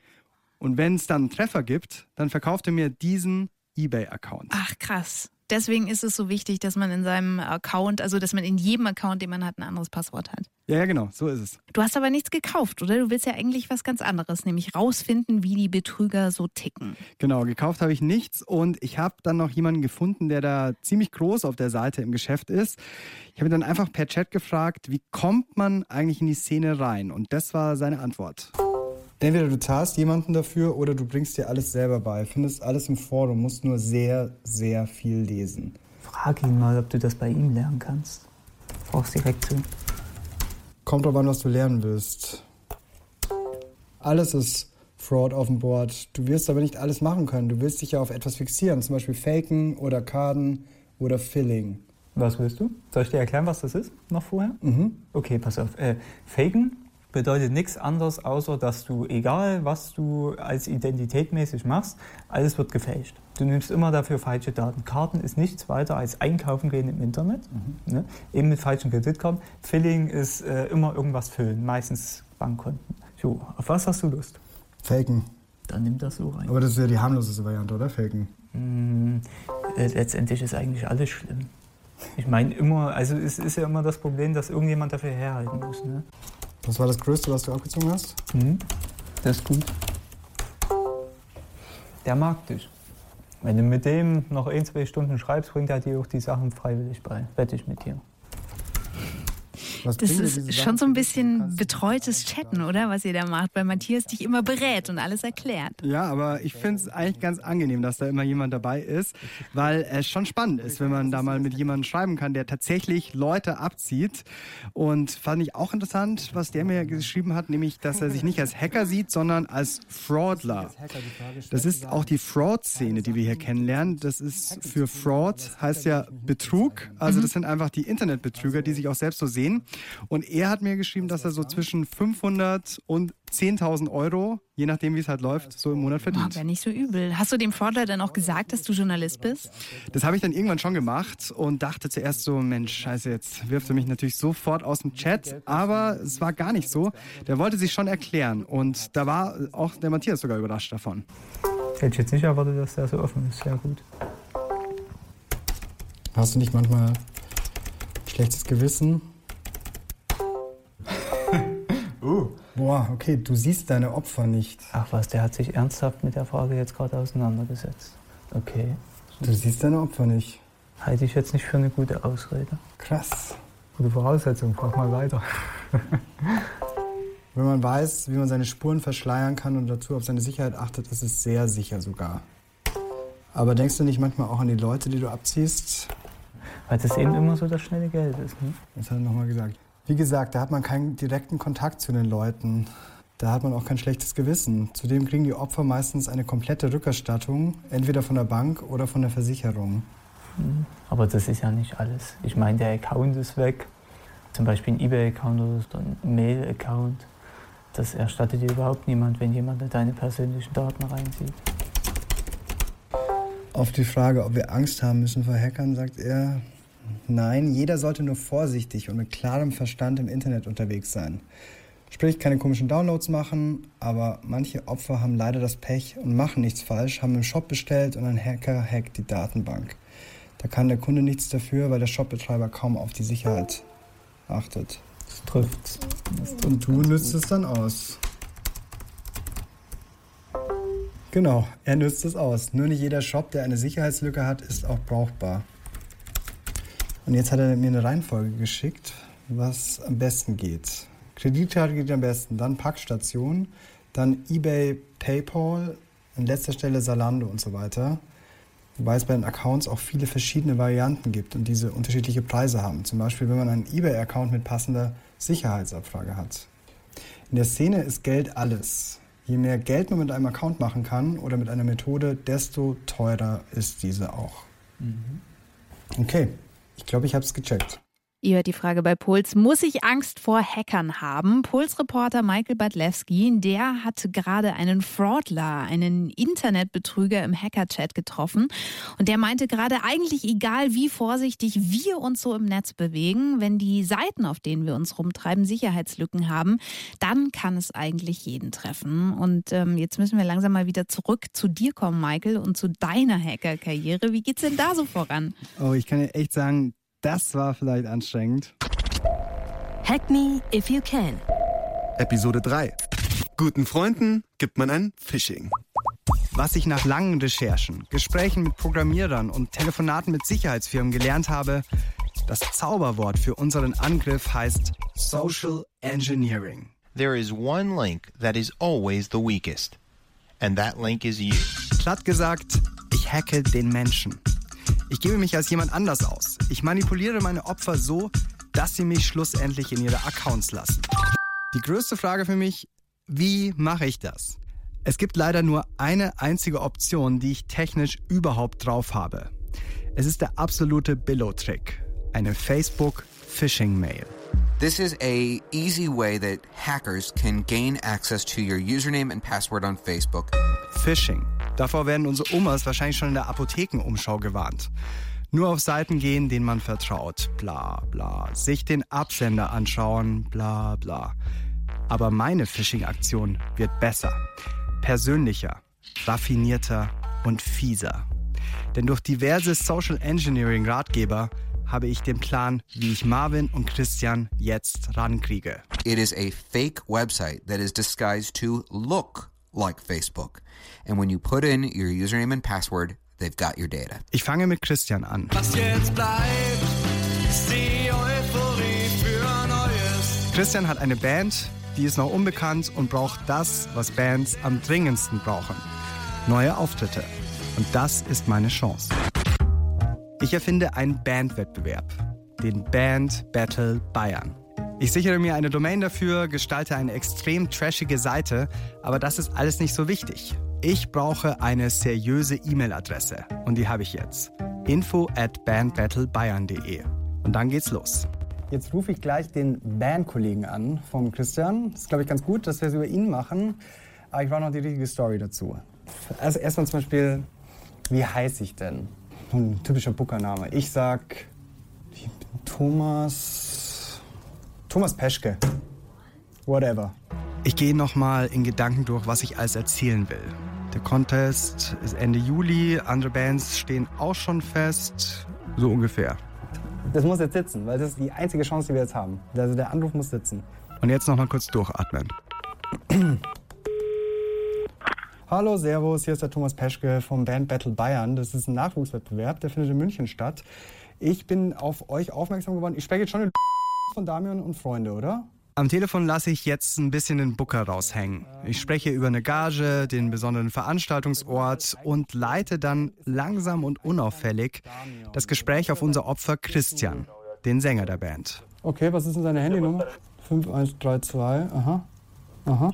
Und wenn es dann einen Treffer gibt, dann verkauft er mir diesen eBay-Account. Ach krass. Deswegen ist es so wichtig, dass man in seinem Account, also dass man in jedem Account, den man hat, ein anderes Passwort hat. Ja, genau, so ist es. Du hast aber nichts gekauft, oder? Du willst ja eigentlich was ganz anderes, nämlich rausfinden, wie die Betrüger so ticken. Genau, gekauft habe ich nichts und ich habe dann noch jemanden gefunden, der da ziemlich groß auf der Seite im Geschäft ist. Ich habe ihn dann einfach per Chat gefragt, wie kommt man eigentlich in die Szene rein? Und das war seine Antwort. Entweder du zahlst jemanden dafür oder du bringst dir alles selber bei. Findest alles im Forum, musst nur sehr, sehr viel lesen. Frag ihn mal, ob du das bei ihm lernen kannst. Brauchst direkt zu. Kommt drauf an, was du lernen willst. Alles ist Fraud auf dem Board. Du wirst aber nicht alles machen können. Du willst dich ja auf etwas fixieren, zum Beispiel Faken oder Carden oder Filling. Was willst du? Soll ich dir erklären, was das ist, noch vorher? Mhm. Okay, pass auf. Faken bedeutet nichts anderes, außer dass du, egal was du als identitätmäßig machst, alles wird gefälscht. Du nimmst immer dafür falsche Daten. Karten ist nichts weiter als einkaufen gehen im Internet, ne? Eben mit falschen Kreditkarten. Filling ist immer irgendwas füllen, meistens Bankkonten. So, auf was hast du Lust? Faken. Dann nimm das so rein. Aber das ist ja die harmloseste Variante, oder? Faken. Letztendlich ist eigentlich alles schlimm. Ich meine immer, also es ist ja immer das Problem, dass irgendjemand dafür herhalten muss. Ne? Was war das Größte, was du abgezogen hast? Das ist gut. Der mag dich. Wenn du mit dem noch 1-2 Stunden schreibst, bringt er dir auch die Sachen freiwillig bei. Wette ich mit dir. Das ist schon so ein bisschen betreutes Chatten, oder? Was ihr da macht, weil Matthias dich immer berät und alles erklärt. Ja, aber ich finde es eigentlich ganz angenehm, dass da immer jemand dabei ist, weil es schon spannend ist, wenn man da mal mit jemandem schreiben kann, der tatsächlich Leute abzieht. Und fand ich auch interessant, was der mir geschrieben hat, nämlich, dass er sich nicht als Hacker sieht, sondern als Fraudler. Das ist auch die Fraud-Szene, die wir hier kennenlernen. Das ist für Fraud, heißt ja Betrug. Also das sind einfach die Internetbetrüger, die sich auch selbst so sehen. Und er hat mir geschrieben, dass er so zwischen 500 und 10.000 Euro, je nachdem wie es halt läuft, so im Monat verdient. Wäre nicht so übel. Hast du dem Fraudler dann auch gesagt, dass du Journalist bist? Das habe ich dann irgendwann schon gemacht und dachte zuerst so, Mensch, scheiße, jetzt wirft er mich natürlich sofort aus dem Chat. Aber es war gar nicht so. Der wollte sich schon erklären und da war auch der Matthias sogar überrascht davon. Hätte ich jetzt nicht erwartet, dass der so offen ist. Sehr gut. Hast du nicht manchmal schlechtes Gewissen? Boah, okay, du siehst deine Opfer nicht. Ach was, der hat sich ernsthaft mit der Frage jetzt gerade auseinandergesetzt. Okay. Du siehst deine Opfer nicht. Halte ich jetzt nicht für eine gute Ausrede. Krass. Gute Voraussetzung, frag mal weiter. Wenn man weiß, wie man seine Spuren verschleiern kann und dazu auf seine Sicherheit achtet, ist es sehr sicher sogar. Aber denkst du nicht manchmal auch an die Leute, die du abziehst? Weil das eben immer so das schnelle Geld ist, ne? Das hat er nochmal gesagt. Wie gesagt, da hat man keinen direkten Kontakt zu den Leuten. Da hat man auch kein schlechtes Gewissen. Zudem kriegen die Opfer meistens eine komplette Rückerstattung, entweder von der Bank oder von der Versicherung. Aber das ist ja nicht alles. Ich meine, der Account ist weg. Zum Beispiel ein eBay-Account oder ein Mail-Account. Das erstattet dir überhaupt niemand, wenn jemand deine persönlichen Daten reinzieht. Auf die Frage, ob wir Angst haben müssen vor Hackern, sagt er: Nein, jeder sollte nur vorsichtig und mit klarem Verstand im Internet unterwegs sein. Sprich, keine komischen Downloads machen, aber manche Opfer haben leider das Pech und machen nichts falsch, haben im Shop bestellt und ein Hacker hackt die Datenbank. Da kann der Kunde nichts dafür, weil der Shopbetreiber kaum auf die Sicherheit achtet. Das trifft's. Und du nützt es dann aus. Genau, er nützt es aus. Nur nicht jeder Shop, der eine Sicherheitslücke hat, ist auch brauchbar. Und jetzt hat er mir eine Reihenfolge geschickt, was am besten geht. Kreditkarte geht am besten, dann Packstation, dann eBay, PayPal, an letzter Stelle Zalando und so weiter. Wobei es bei den Accounts auch viele verschiedene Varianten gibt und diese unterschiedliche Preise haben. Zum Beispiel, wenn man einen eBay-Account mit passender Sicherheitsabfrage hat. In der Szene ist Geld alles. Je mehr Geld man mit einem Account machen kann oder mit einer Methode, desto teurer ist diese auch. Okay. Ich glaube, ich habe es gecheckt. Ihr hört die Frage bei Puls. Muss ich Angst vor Hackern haben? Puls-Reporter Michael Badlewski, der hat gerade einen Fraudler, einen Internetbetrüger im Hacker-Chat getroffen. Und der meinte gerade, eigentlich egal, wie vorsichtig wir uns so im Netz bewegen, wenn die Seiten, auf denen wir uns rumtreiben, Sicherheitslücken haben, dann kann es eigentlich jeden treffen. Und jetzt müssen wir langsam mal wieder zurück zu dir kommen, Michael, und zu deiner Hacker-Karriere. Wie geht's denn da so voran? Oh, ich kann dir echt sagen, das war vielleicht anstrengend. Hack Me If You Can. Episode 3. Guten Freunden gibt man ein Phishing. Was ich nach langen Recherchen, Gesprächen mit Programmierern und Telefonaten mit Sicherheitsfirmen gelernt habe, das Zauberwort für unseren Angriff heißt Social Engineering. There is one link that is always the weakest. And that link is you. Platt gesagt, ich hacke den Menschen. Ich gebe mich als jemand anders aus. Ich manipuliere meine Opfer so, dass sie mich schlussendlich in ihre Accounts lassen. Die größte Frage für mich, wie mache ich das? Es gibt leider nur eine einzige Option, die ich technisch überhaupt drauf habe. Es ist der absolute Billo-Trick. Eine Facebook-Phishing-Mail. This is a easy way that hackers can gain access to your username and password on Facebook. Phishing. Davor werden unsere Omas wahrscheinlich schon in der Apothekenumschau gewarnt. Nur auf Seiten gehen, denen man vertraut. Bla bla. Sich den Absender anschauen. Bla bla. Aber meine Phishing-Aktion wird besser. Persönlicher, raffinierter und fieser. Denn durch diverse Social Engineering Ratgeber habe ich den Plan, wie ich Marvin und Christian jetzt rankriege. It is a fake website that is disguised to look like Facebook. And when you put in your username and password, they've got your data. Ich fange mit Christian an. Was jetzt bleibt, ist die Euphorie für Neues. Christian hat eine Band, die ist noch unbekannt und braucht das, was Bands am dringendsten brauchen. Neue Auftritte. Und das ist meine Chance. Ich erfinde einen Bandwettbewerb, den Band Battle Bayern. Ich sichere mir eine Domain dafür, gestalte eine extrem trashige Seite, aber das ist alles nicht so wichtig. Ich brauche eine seriöse E-Mail-Adresse und die habe ich jetzt. info@bandbattlebayern.de. Und dann geht's los. Jetzt rufe ich gleich den Bandkollegen an vom Christian. Das ist, glaube ich, ganz gut, dass wir es über ihn machen. Aber ich brauche noch die richtige Story dazu. Also erstmal zum Beispiel, wie heiße ich denn? Ein typischer Bookername. Ich sag Thomas Peschke. Whatever. Ich gehe nochmal in Gedanken durch, was ich alles erzählen will. Der Contest ist Ende Juli, andere Bands stehen auch schon fest, so ungefähr. Das muss jetzt sitzen, weil das ist die einzige Chance, die wir jetzt haben. Also der Anruf muss sitzen. Und jetzt nochmal kurz durchatmen. Hallo, servus, hier ist der Thomas Peschke vom Band Battle Bayern. Das ist ein Nachwuchswettbewerb, der findet in München statt. Ich bin auf euch aufmerksam geworden. Ich spreche jetzt schon den von Damian und Freunde, oder? Am Telefon lasse ich jetzt ein bisschen den Booker raushängen. Ich spreche über eine Gage, den besonderen Veranstaltungsort und leite dann langsam und unauffällig das Gespräch auf unser Opfer Christian, den Sänger der Band. Okay, was ist denn seine Handynummer? 5132, aha.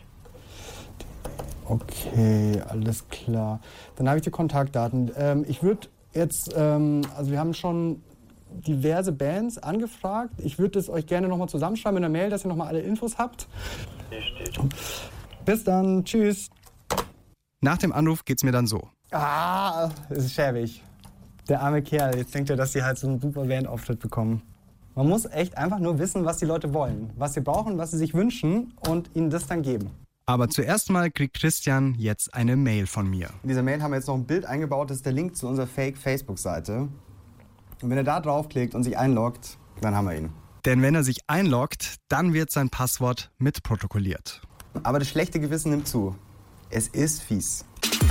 Okay, alles klar. Dann habe ich die Kontaktdaten. Ich würde jetzt, also wir haben schon diverse Bands angefragt. Ich würde es euch gerne nochmal zusammenschreiben in der Mail, dass ihr nochmal alle Infos habt. Bis dann, tschüss. Nach dem Anruf geht's mir dann so. Das ist schäbig. Der arme Kerl, jetzt denkt er, dass sie halt so einen super Bandauftritt bekommen. Man muss echt einfach nur wissen, was die Leute wollen, was sie brauchen, was sie sich wünschen und ihnen das dann geben. Aber zuerst mal kriegt Christian jetzt eine Mail von mir. In dieser Mail haben wir jetzt noch ein Bild eingebaut, das ist der Link zu unserer Fake-Facebook-Seite. Und wenn er da draufklickt und sich einloggt, dann haben wir ihn. Denn wenn er sich einloggt, dann wird sein Passwort mitprotokolliert. Aber das schlechte Gewissen nimmt zu. Es ist fies.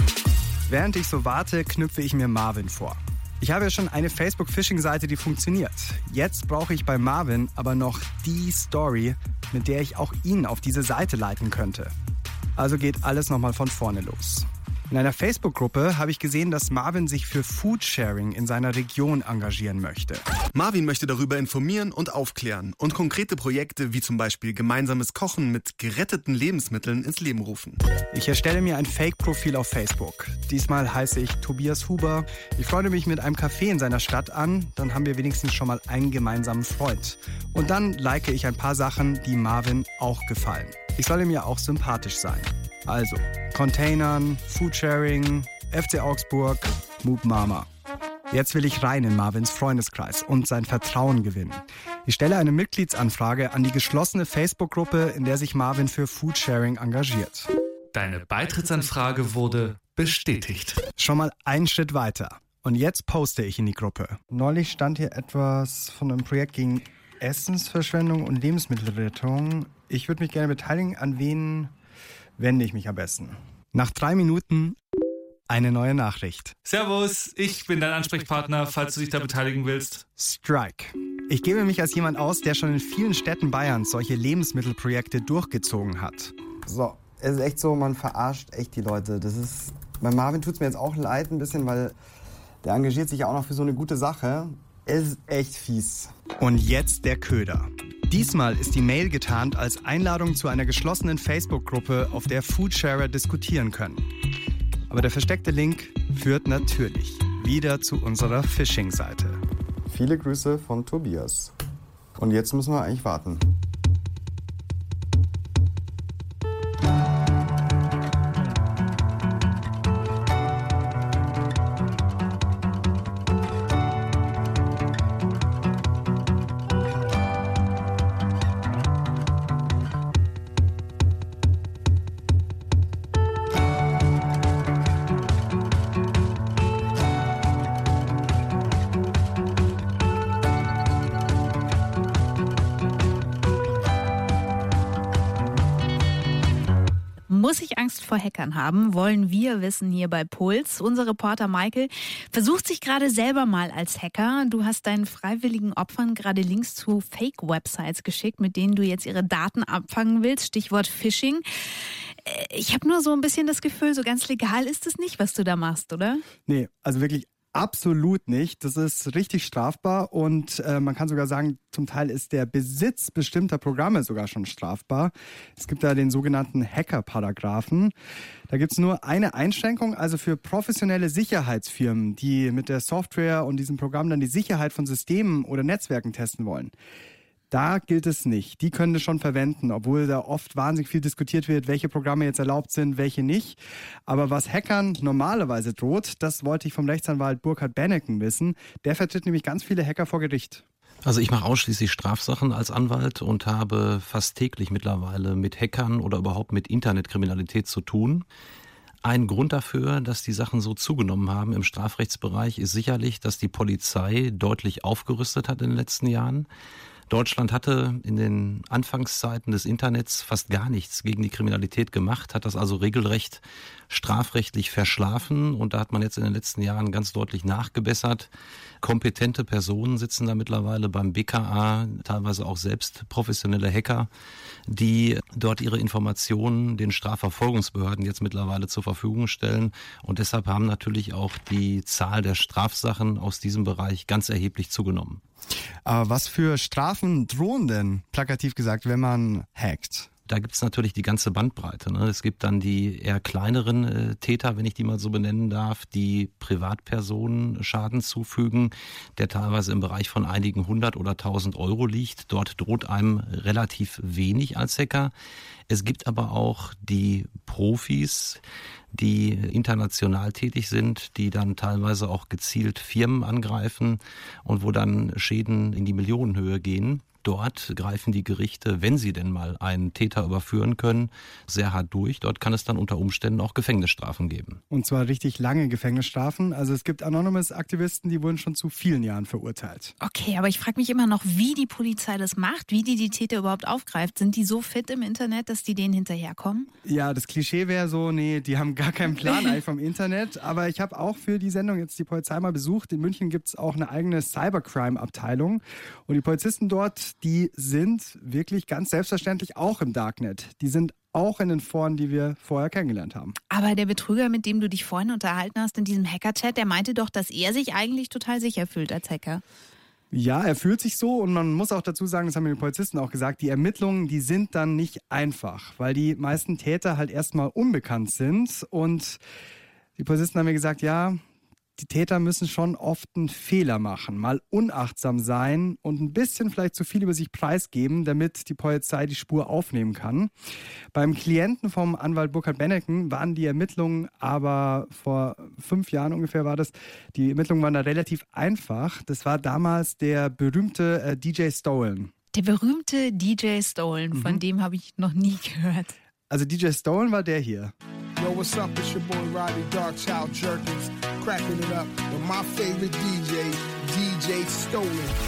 Während ich so warte, knüpfe ich mir Marvin vor. Ich habe ja schon eine Facebook-Phishing-Seite, die funktioniert. Jetzt brauche ich bei Marvin aber noch die Story, mit der ich auch ihn auf diese Seite leiten könnte. Also geht alles nochmal von vorne los. In einer Facebook-Gruppe habe ich gesehen, dass Marvin sich für Foodsharing in seiner Region engagieren möchte. Marvin möchte darüber informieren und aufklären und konkrete Projekte wie zum Beispiel gemeinsames Kochen mit geretteten Lebensmitteln ins Leben rufen. Ich erstelle mir ein Fake-Profil auf Facebook. Diesmal heiße ich Tobias Huber. Ich freue mich mit einem Café in seiner Stadt an, dann haben wir wenigstens schon mal einen gemeinsamen Freund. Und dann like ich ein paar Sachen, die Marvin auch gefallen. Ich soll ihm ja auch sympathisch sein. Also, Containern, Foodsharing, FC Augsburg, Moop Mama. Jetzt will ich rein in Marvins Freundeskreis und sein Vertrauen gewinnen. Ich stelle eine Mitgliedsanfrage an die geschlossene Facebook-Gruppe, in der sich Marvin für Foodsharing engagiert. Deine Beitrittsanfrage wurde bestätigt. Schon mal einen Schritt weiter. Und jetzt poste ich in die Gruppe. Neulich stand hier etwas von einem Projekt gegen Essensverschwendung und Lebensmittelrettung. Ich würde mich gerne beteiligen. An wen wende ich mich am besten? Nach 3 Minuten eine neue Nachricht. Servus, ich bin dein Ansprechpartner, falls du dich da beteiligen willst. Strike. Ich gebe mich als jemand aus, der schon in vielen Städten Bayerns solche Lebensmittelprojekte durchgezogen hat. So, es ist echt so, man verarscht echt die Leute. Bei Marvin tut es mir jetzt auch leid ein bisschen, weil der engagiert sich ja auch noch für so eine gute Sache. Es ist echt fies. Und jetzt der Köder. Diesmal ist die Mail getarnt als Einladung zu einer geschlossenen Facebook-Gruppe, auf der Foodsharer diskutieren können. Aber der versteckte Link führt natürlich wieder zu unserer Phishing-Seite. Viele Grüße von Tobias. Und jetzt müssen wir eigentlich warten. Muss ich Angst vor Hackern haben? Wollen wir wissen hier bei Puls. Unser Reporter Michael versucht sich gerade selber mal als Hacker. Du hast deinen freiwilligen Opfern gerade Links zu Fake-Websites geschickt, mit denen du jetzt ihre Daten abfangen willst. Stichwort Phishing. Ich habe nur so ein bisschen das Gefühl, so ganz legal ist es nicht, was du da machst, oder? Nee, also wirklich absolut nicht. Das ist richtig strafbar und man kann sogar sagen, zum Teil ist der Besitz bestimmter Programme sogar schon strafbar. Es gibt da den sogenannten Hacker-Paragraphen. Da gibt es nur eine Einschränkung, also für professionelle Sicherheitsfirmen, die mit der Software und diesem Programm dann die Sicherheit von Systemen oder Netzwerken testen wollen. Da gilt es nicht. Die können das schon verwenden, obwohl da oft wahnsinnig viel diskutiert wird, welche Programme jetzt erlaubt sind, welche nicht. Aber was Hackern normalerweise droht, das wollte ich vom Rechtsanwalt Burkhard Benneken wissen. Der vertritt nämlich ganz viele Hacker vor Gericht. Also ich mache ausschließlich Strafsachen als Anwalt und habe fast täglich mittlerweile mit Hackern oder überhaupt mit Internetkriminalität zu tun. Ein Grund dafür, dass die Sachen so zugenommen haben im Strafrechtsbereich, ist sicherlich, dass die Polizei deutlich aufgerüstet hat in den letzten Jahren. Deutschland hatte in den Anfangszeiten des Internets fast gar nichts gegen die Kriminalität gemacht, hat das also regelrecht strafrechtlich verschlafen und da hat man jetzt in den letzten Jahren ganz deutlich nachgebessert. Kompetente Personen sitzen da mittlerweile beim BKA, teilweise auch selbst professionelle Hacker, die dort ihre Informationen den Strafverfolgungsbehörden jetzt mittlerweile zur Verfügung stellen und deshalb haben natürlich auch die Zahl der Strafsachen aus diesem Bereich ganz erheblich zugenommen. Aber was für Strafen drohen denn, plakativ gesagt, wenn man hackt? Da gibt's natürlich die ganze Bandbreite. Ne? Es gibt dann die eher kleineren Täter, wenn ich die mal so benennen darf, die Privatpersonen Schaden zufügen, der teilweise im Bereich von einigen 100 oder 1000 Euro liegt. Dort droht einem relativ wenig als Hacker. Es gibt aber auch die Profis, die international tätig sind, die dann teilweise auch gezielt Firmen angreifen und wo dann Schäden in die Millionenhöhe gehen. Dort greifen die Gerichte, wenn sie denn mal einen Täter überführen können, sehr hart durch. Dort kann es dann unter Umständen auch Gefängnisstrafen geben. Und zwar richtig lange Gefängnisstrafen. Also es gibt Anonymous-Aktivisten, die wurden schon zu vielen Jahren verurteilt. Okay, aber ich frage mich immer noch, wie die Polizei das macht, wie die Täter überhaupt aufgreift. Sind die so fit im Internet, dass die denen hinterherkommen? Ja, das Klischee wäre so, nee, die haben gar keinen Plan eigentlich vom Internet. Aber ich habe auch für die Sendung jetzt die Polizei mal besucht. In München gibt es auch eine eigene Cybercrime-Abteilung. Und die Polizisten dort, die sind wirklich ganz selbstverständlich auch im Darknet. Die sind auch in den Foren, die wir vorher kennengelernt haben. Aber der Betrüger, mit dem du dich vorhin unterhalten hast in diesem Hacker-Chat, der meinte doch, dass er sich eigentlich total sicher fühlt als Hacker. Ja, er fühlt sich so und man muss auch dazu sagen, das haben mir die Polizisten auch gesagt, die Ermittlungen, die sind dann nicht einfach, weil die meisten Täter halt erstmal unbekannt sind und die Polizisten haben mir gesagt, ja, die Täter müssen schon oft einen Fehler machen, mal unachtsam sein und ein bisschen vielleicht zu viel über sich preisgeben, damit die Polizei die Spur aufnehmen kann. Beim Klienten vom Anwalt Burkhard Benneken waren die Ermittlungen aber vor 5 Jahren ungefähr war das, die Ermittlungen waren da relativ einfach. Das war damals der berühmte DJ Stolen. Der berühmte DJ Stolen, von dem habe ich noch nie gehört. Also DJ Stolen war der hier. Yo, what's up? It's your boy Roddy Darkchild Jerkins, cracking it up with my favorite DJ, DJ Stolen.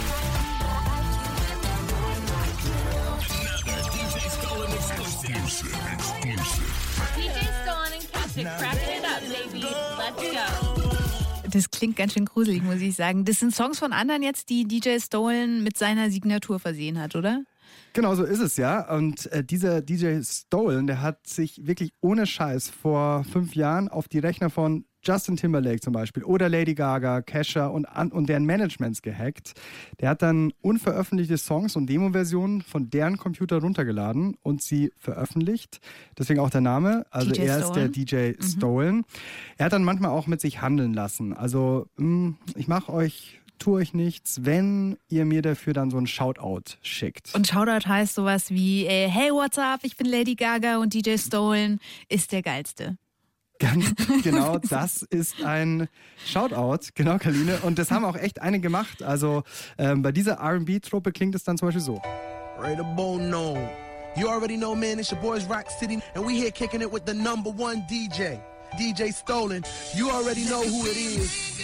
DJ Stolen exclusive. DJ Stolen and Kesha, cracking it up, baby. Let's go. Das klingt ganz schön gruselig, muss ich sagen. Das sind Songs von anderen jetzt, die DJ Stolen mit seiner Signatur versehen hat, oder? Genau, so ist es ja. Und dieser DJ Stolen, der hat sich wirklich ohne Scheiß vor 5 Jahren auf die Rechner von Justin Timberlake zum Beispiel oder Lady Gaga, Kesha und deren Managements gehackt. Der hat dann unveröffentlichte Songs und Demo-Versionen von deren Computer runtergeladen und sie veröffentlicht. Deswegen auch der Name. Also DJ er Stolen. ist der DJ Stolen. Er hat dann manchmal auch mit sich handeln lassen. Also ich tue euch nichts, wenn ihr mir dafür dann so ein Shoutout schickt. Und Shoutout heißt sowas wie, hey, what's up, ich bin Lady Gaga und DJ Stolen ist der Geilste. Ganz genau, das ist ein Shoutout, genau, Kaline. Und das haben auch echt einige gemacht. Also bei dieser R&B-Truppe klingt es dann zum Beispiel so. Ready to bone no. You already know, man, it's your boys Rock City, and we here kicking it with the #1 DJ, DJ Stolen. You already know who it is.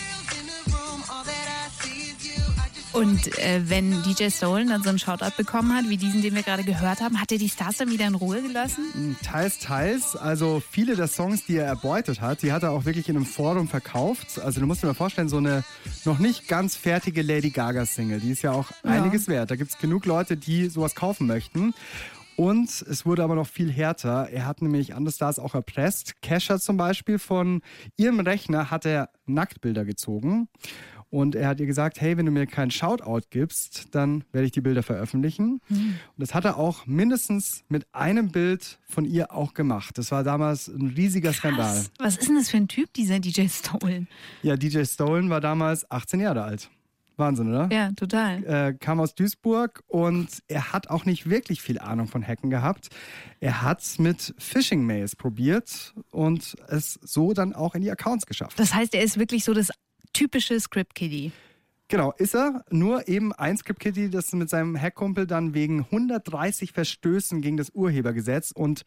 Und wenn DJ Stolen dann so einen Shoutout bekommen hat, wie diesen, den wir gerade gehört haben, hat er die Stars dann wieder in Ruhe gelassen? Teils. Also viele der Songs, die er erbeutet hat, die hat er auch wirklich in einem Forum verkauft. Also du musst dir mal vorstellen, so eine noch nicht ganz fertige Lady Gaga-Single, die ist ja auch einiges wert. Da gibt es genug Leute, die sowas kaufen möchten. Und es wurde aber noch viel härter. Er hat nämlich andere Stars auch erpresst. Kesha zum Beispiel, von ihrem Rechner hat er Nacktbilder gezogen. Und er hat ihr gesagt, hey, wenn du mir keinen Shoutout gibst, dann werde ich die Bilder veröffentlichen. Und das hat er auch mindestens mit einem Bild von ihr auch gemacht. Das war damals ein riesiger Skandal. Was ist denn das für ein Typ, dieser DJ Stolen? Ja, DJ Stolen war damals 18 Jahre alt. Wahnsinn, oder? Ja, total. Kam aus Duisburg und er hat auch nicht wirklich viel Ahnung von Hacken gehabt. Er hat mit Phishing-Mails probiert und es so dann auch in die Accounts geschafft. Das heißt, er ist wirklich so das typische Script-Kiddie. Genau, ist er. Nur eben ein Script-Kiddie, das mit seinem Hackkumpel dann wegen 130 Verstößen gegen das Urhebergesetz und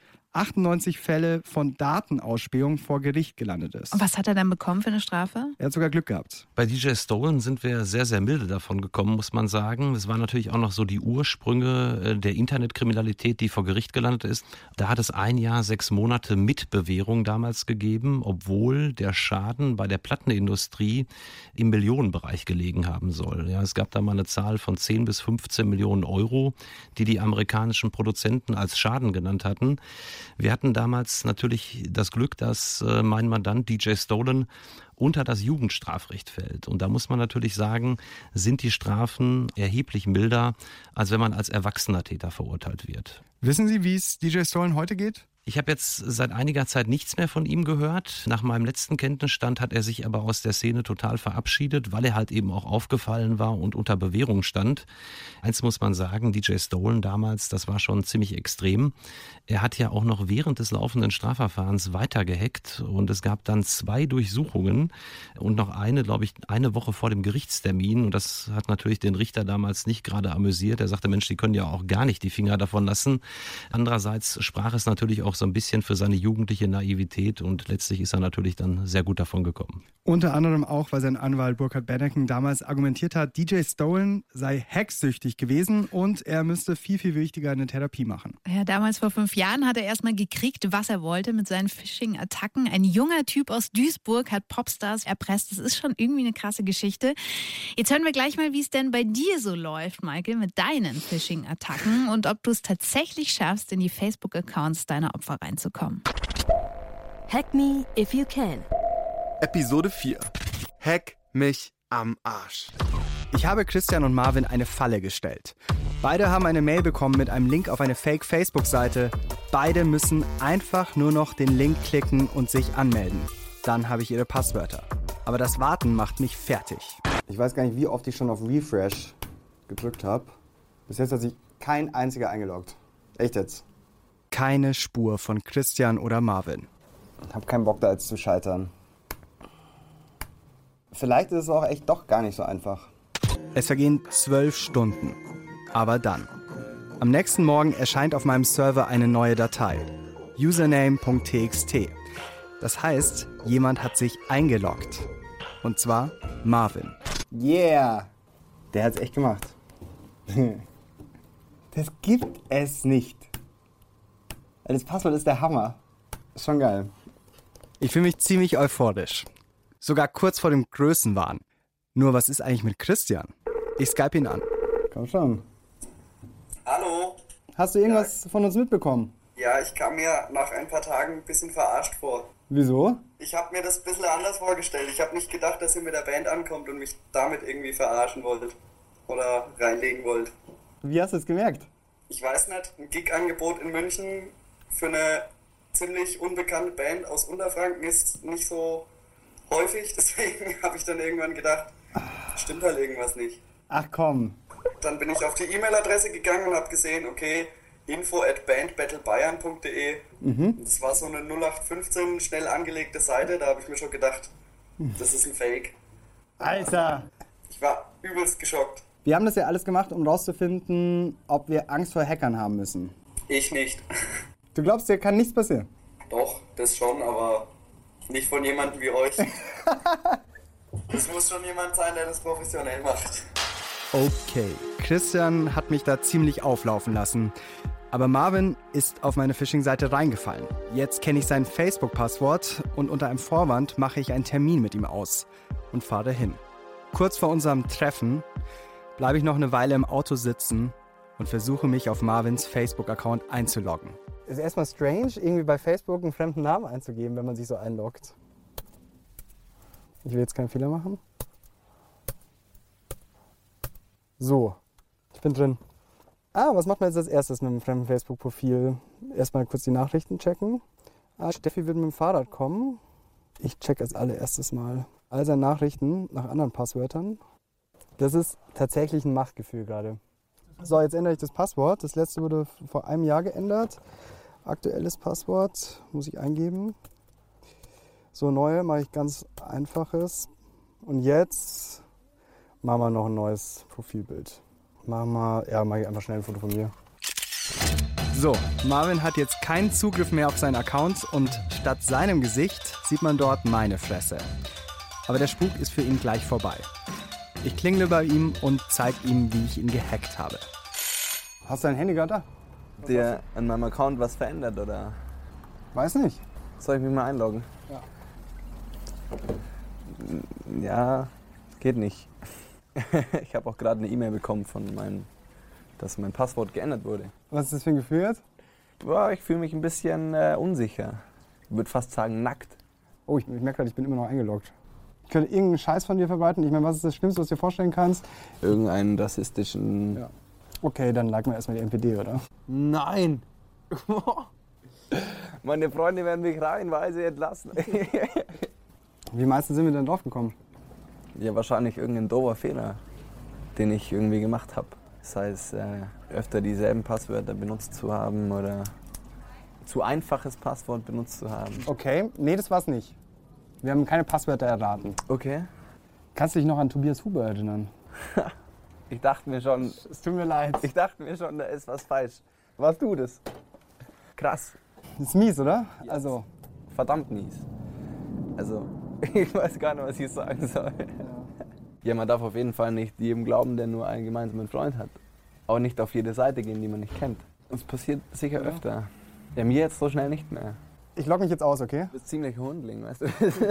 98 Fälle von Datenausspähung vor Gericht gelandet ist. Und was hat er dann bekommen für eine Strafe? Er hat sogar Glück gehabt. Bei DJ Stolen sind wir sehr, sehr milde davon gekommen, muss man sagen. Es waren natürlich auch noch so die Ursprünge der Internetkriminalität, die vor Gericht gelandet ist. Da hat es 1 Jahr, 6 Monate mit Bewährung damals gegeben, obwohl der Schaden bei der Plattenindustrie im Millionenbereich gelegen haben soll. Ja, es gab da mal eine Zahl von 10 bis 15 Millionen Euro, die amerikanischen Produzenten als Schaden genannt hatten. Wir hatten damals natürlich das Glück, dass mein Mandant DJ Stolen unter das Jugendstrafrecht fällt. Und da muss man natürlich sagen, sind die Strafen erheblich milder, als wenn man als erwachsener Täter verurteilt wird. Wissen Sie, wie es DJ Stolen heute geht? Ich habe jetzt seit einiger Zeit nichts mehr von ihm gehört. Nach meinem letzten Kenntnisstand hat er sich aber aus der Szene total verabschiedet, weil er halt eben auch aufgefallen war und unter Bewährung stand. Eins muss man sagen, DJ Stolen damals, das war schon ziemlich extrem. Er hat ja auch noch während des laufenden Strafverfahrens weiter gehackt und es gab dann 2 Durchsuchungen und noch eine, glaube ich, eine Woche vor dem Gerichtstermin. Und das hat natürlich den Richter damals nicht gerade amüsiert. Er sagte, Mensch, die können ja auch gar nicht die Finger davon lassen. Andererseits sprach es natürlich auch so ein bisschen für seine jugendliche Naivität und letztlich ist er natürlich dann sehr gut davon gekommen. Unter anderem auch, weil sein Anwalt Burkhard Benneken damals argumentiert hat, DJ Stolen sei hacksüchtig gewesen und er müsste viel, viel wichtiger eine Therapie machen. Ja, damals vor 5 Jahren hat er erstmal gekriegt, was er wollte mit seinen Phishing-Attacken. Ein junger Typ aus Duisburg hat Popstars erpresst. Das ist schon irgendwie eine krasse Geschichte. Jetzt hören wir gleich mal, wie es denn bei dir so läuft, Michael, mit deinen Phishing-Attacken und ob du es tatsächlich schaffst, in die Facebook-Accounts deiner Opfer reinzukommen. Hack me if you can. Episode 4. Hack mich am Arsch. Ich habe Christian und Marvin eine Falle gestellt. Beide haben eine Mail bekommen mit einem Link auf eine Fake-Facebook-Seite. Beide müssen einfach nur noch den Link klicken und sich anmelden. Dann habe ich ihre Passwörter. Aber das Warten macht mich fertig. Ich weiß gar nicht, wie oft ich schon auf Refresh gedrückt habe. Bis jetzt hat sich kein einziger eingeloggt. Echt jetzt? Keine Spur von Christian oder Marvin. Ich habe keinen Bock, da jetzt zu scheitern. Vielleicht ist es auch echt doch gar nicht so einfach. Es vergehen 12 Stunden. Aber dann. Am nächsten Morgen erscheint auf meinem Server eine neue Datei. Username.txt. Das heißt, jemand hat sich eingeloggt. Und zwar Marvin. Yeah! Der hat's echt gemacht. Das gibt es nicht. Das Passwort ist der Hammer. Ist schon geil. Ich fühle mich ziemlich euphorisch. Sogar kurz vor dem Größenwahn. Nur was ist eigentlich mit Christian? Ich skype ihn an. Komm schon. Hallo. Hast du irgendwas von uns mitbekommen? Ja, ich kam mir nach ein paar Tagen ein bisschen verarscht vor. Wieso? Ich habe mir das ein bisschen anders vorgestellt. Ich habe nicht gedacht, dass ihr mit der Band ankommt und mich damit irgendwie verarschen wollt. Oder reinlegen wollt. Wie hast du es gemerkt? Ich weiß nicht, ein Gig-Angebot in München für eine ziemlich unbekannte Band aus Unterfranken ist nicht so häufig. Deswegen habe ich dann irgendwann gedacht, stimmt halt irgendwas nicht. Ach komm. Dann bin ich auf die E-Mail-Adresse gegangen und habe gesehen, okay, info@bandbattlebayern.de. Das war so eine 0815 schnell angelegte Seite, da habe ich mir schon gedacht, das ist ein Fake. Alter! Ich war übelst geschockt. Wir haben das ja alles gemacht, um rauszufinden, ob wir Angst vor Hackern haben müssen. Ich nicht. Du glaubst, dir kann nichts passieren? Doch, das schon, aber nicht von jemandem wie euch. Es muss schon jemand sein, der das professionell macht. Okay, Christian hat mich da ziemlich auflaufen lassen. Aber Marvin ist auf meine Phishing-Seite reingefallen. Jetzt kenne ich sein Facebook-Passwort und unter einem Vorwand mache ich einen Termin mit ihm aus und fahre hin. Kurz vor unserem Treffen bleibe ich noch eine Weile im Auto sitzen und versuche mich auf Marvins Facebook-Account einzuloggen. Ist erstmal strange, irgendwie bei Facebook einen fremden Namen einzugeben, wenn man sich so einloggt. Ich will jetzt keinen Fehler machen. So, ich bin drin. Was macht man jetzt als erstes mit einem fremden Facebook-Profil? Erstmal kurz die Nachrichten checken. Steffi wird mit dem Fahrrad kommen. Ich check als allererstes mal all seine Nachrichten nach anderen Passwörtern. Das ist tatsächlich ein Machtgefühl gerade. So, jetzt ändere ich das Passwort. Das letzte wurde vor einem Jahr geändert. Aktuelles Passwort muss ich eingeben. So, neue mache ich ganz einfaches. Und jetzt machen wir noch ein neues Profilbild. Mache ich einfach schnell ein Foto von mir. So, Marvin hat jetzt keinen Zugriff mehr auf seinen Account und statt seinem Gesicht sieht man dort meine Fresse. Aber der Spuk ist für ihn gleich vorbei. Ich klingle bei ihm und zeige ihm, wie ich ihn gehackt habe. Hast du dein Handy gerade da? Hat dir an meinem Account was verändert, oder? Weiß nicht. Soll ich mich mal einloggen? Ja. Ja, geht nicht. Ich habe auch gerade eine E-Mail bekommen dass mein Passwort geändert wurde. Was ist das für ein Gefühl jetzt? Boah, ich fühle mich ein bisschen unsicher. Ich würde fast sagen nackt. Oh, ich merke gerade, ich bin immer noch eingeloggt. Ich könnte irgendeinen Scheiß von dir verbreiten. Ich meine, was ist das Schlimmste, was du dir vorstellen kannst? Irgendeinen rassistischen... Ja. Okay, dann liken wir erstmal die NPD, oder? Nein! Meine Freunde werden mich reihenweise entlassen. Wie meisten sind wir denn drauf gekommen? Ja, wahrscheinlich irgendein doofer Fehler, den ich irgendwie gemacht habe. Sei es öfter dieselben Passwörter benutzt zu haben oder zu einfaches Passwort benutzt zu haben. Okay, nee, das war's nicht. Wir haben keine Passwörter erraten. Okay. Kannst du dich noch an Tobias Huber erinnern? Ich dachte mir schon... Es tut mir leid. Ich dachte mir schon, da ist was falsch. Warst du das? Krass. Das ist mies, oder? Ja, also verdammt mies. Also, ich weiß gar nicht, was ich sagen soll. Ja, man darf auf jeden Fall nicht jedem glauben, der nur einen gemeinsamen Freund hat. Auch nicht auf jede Seite gehen, die man nicht kennt. Das passiert sicher öfter. Ja, mir jetzt so schnell nicht mehr. Ich logge mich jetzt aus, okay? Du bist ziemlich Hundling, weißt du.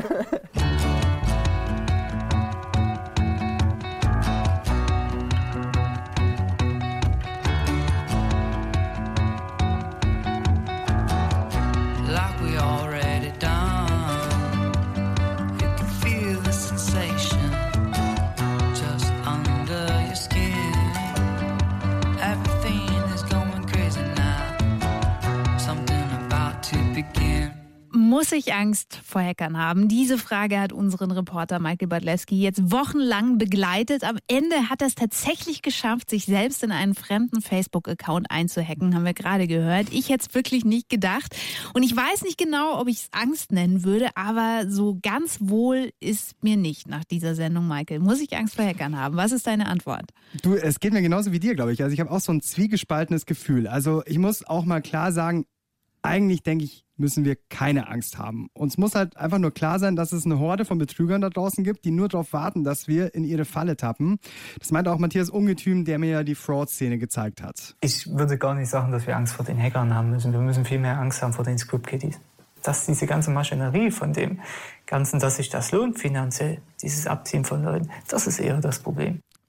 Muss ich Angst vor Hackern haben? Diese Frage hat unseren Reporter Michael Badlewski jetzt wochenlang begleitet. Am Ende hat er es tatsächlich geschafft, sich selbst in einen fremden Facebook-Account einzuhacken, haben wir gerade gehört. Ich hätte es wirklich nicht gedacht. Und ich weiß nicht genau, ob ich es Angst nennen würde, aber so ganz wohl ist mir nicht nach dieser Sendung, Michael. Muss ich Angst vor Hackern haben? Was ist deine Antwort? Du, es geht mir genauso wie dir, glaube ich. Also ich habe auch so ein zwiegespaltenes Gefühl. Also ich muss auch mal klar sagen, eigentlich denke ich, müssen wir keine Angst haben. Uns muss halt einfach nur klar sein, dass es eine Horde von Betrügern da draußen gibt, die nur darauf warten, dass wir in ihre Falle tappen. Das meinte auch Matthias Ungetüm, der mir ja die Fraud-Szene gezeigt hat. Ich würde gar nicht sagen, dass wir Angst vor den Hackern haben müssen. Wir müssen viel mehr Angst haben vor den Script-Kiddies. Dass diese ganze Maschinerie von dem Ganzen, dass sich das lohnt finanziell, dieses Abziehen von Leuten, das ist eher das Problem.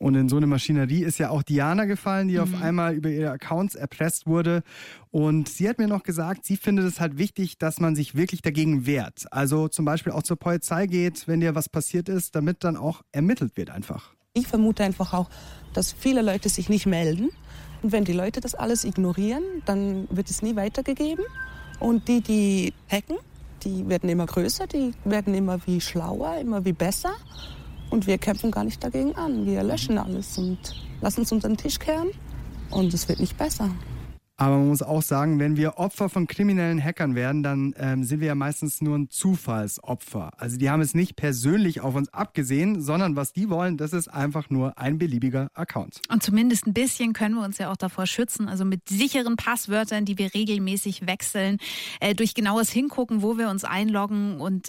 Und in so eine Maschinerie ist ja auch Diana gefallen, die auf einmal über ihre Accounts erpresst wurde. Und sie hat mir noch gesagt, sie findet es halt wichtig, dass man sich wirklich dagegen wehrt. Also zum Beispiel auch zur Polizei geht, wenn dir was passiert ist, damit dann auch ermittelt wird einfach. Ich vermute einfach auch, dass viele Leute sich nicht melden. Und wenn die Leute das alles ignorieren, dann wird es nie weitergegeben. Und die hacken, die werden immer größer, die werden immer wie schlauer, immer wie besser. Und wir kämpfen gar nicht dagegen an. Wir löschen alles und lassen es unter den Tisch kehren. Und es wird nicht besser. Aber man muss auch sagen, wenn wir Opfer von kriminellen Hackern werden, dann sind wir ja meistens nur ein Zufallsopfer. Also die haben es nicht persönlich auf uns abgesehen, sondern was die wollen, das ist einfach nur ein beliebiger Account. Und zumindest ein bisschen können wir uns ja auch davor schützen, also mit sicheren Passwörtern, die wir regelmäßig wechseln, durch genaues Hingucken, wo wir uns einloggen und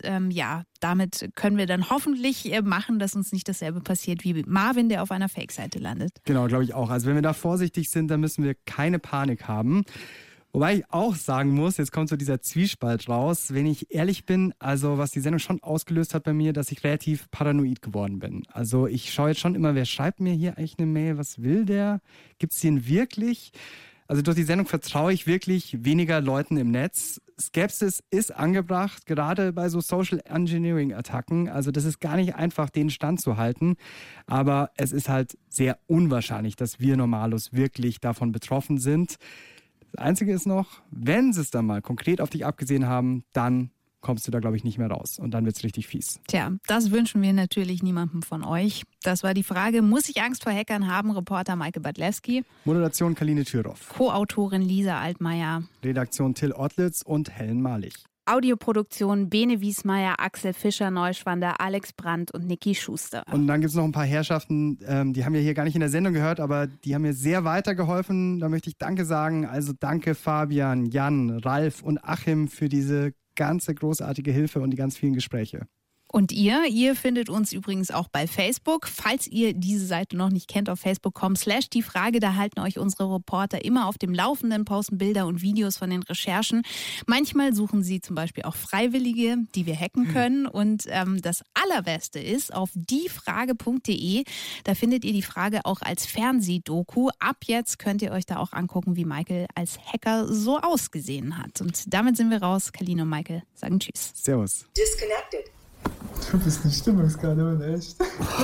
damit können wir dann hoffentlich machen, dass uns nicht dasselbe passiert wie Marvin, der auf einer Fake-Seite landet. Genau, glaube ich auch. Also wenn wir da vorsichtig sind, dann müssen wir keine Panik haben. Wobei ich auch sagen muss, jetzt kommt so dieser Zwiespalt raus, wenn ich ehrlich bin, also was die Sendung schon ausgelöst hat bei mir, dass ich relativ paranoid geworden bin. Also ich schaue jetzt schon immer, wer schreibt mir hier eigentlich eine Mail, was will der? Gibt es den wirklich? Also durch die Sendung vertraue ich wirklich weniger Leuten im Netz. Skepsis ist angebracht, gerade bei so Social Engineering-Attacken. Also das ist gar nicht einfach, den Stand zu halten. Aber es ist halt sehr unwahrscheinlich, dass wir Normalos wirklich davon betroffen sind. Das Einzige ist noch, wenn sie es dann mal konkret auf dich abgesehen haben, dann kommst du da, glaube ich, nicht mehr raus. Und dann wird es richtig fies. Tja, das wünschen wir natürlich niemandem von euch. Das war die Frage, muss ich Angst vor Hackern haben? Reporter Michael Badlewski. Moderation Kaline Thüroff. Co-Autorin Lisa Altmaier. Redaktion Till Ottlitz und Helen Malich. Audioproduktion Bene Wiesmeier, Axel Fischer-Neuschwander, Alex Brandt und Niki Schuster. Und dann gibt es noch ein paar Herrschaften, die haben wir hier gar nicht in der Sendung gehört, aber die haben mir sehr weitergeholfen. Da möchte ich Danke sagen. Also danke Fabian, Jan, Ralf und Achim für diese ganze großartige Hilfe und die ganz vielen Gespräche. Und ihr findet uns übrigens auch bei Facebook. Falls ihr diese Seite noch nicht kennt, auf facebook.com/die Frage, da halten euch unsere Reporter immer auf dem Laufenden, posten Bilder und Videos von den Recherchen. Manchmal suchen sie zum Beispiel auch Freiwillige, die wir hacken können. Und das Allerbeste ist, auf diefrage.de, da findet ihr die Frage auch als Fernsehdoku. Ab jetzt könnt ihr euch da auch angucken, wie Michael als Hacker so ausgesehen hat. Und damit sind wir raus. Kaline und Michael sagen Tschüss. Servus. Disconnected. Du bist eine Stimmungskanone, echt.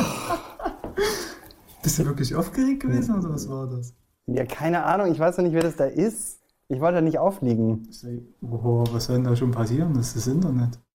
Bist du wirklich aufgeregt gewesen oder was war das? Ja, keine Ahnung. Ich weiß noch nicht, wer das da ist. Ich wollte da nicht auffliegen. Was soll denn da schon passieren? Das ist das Internet.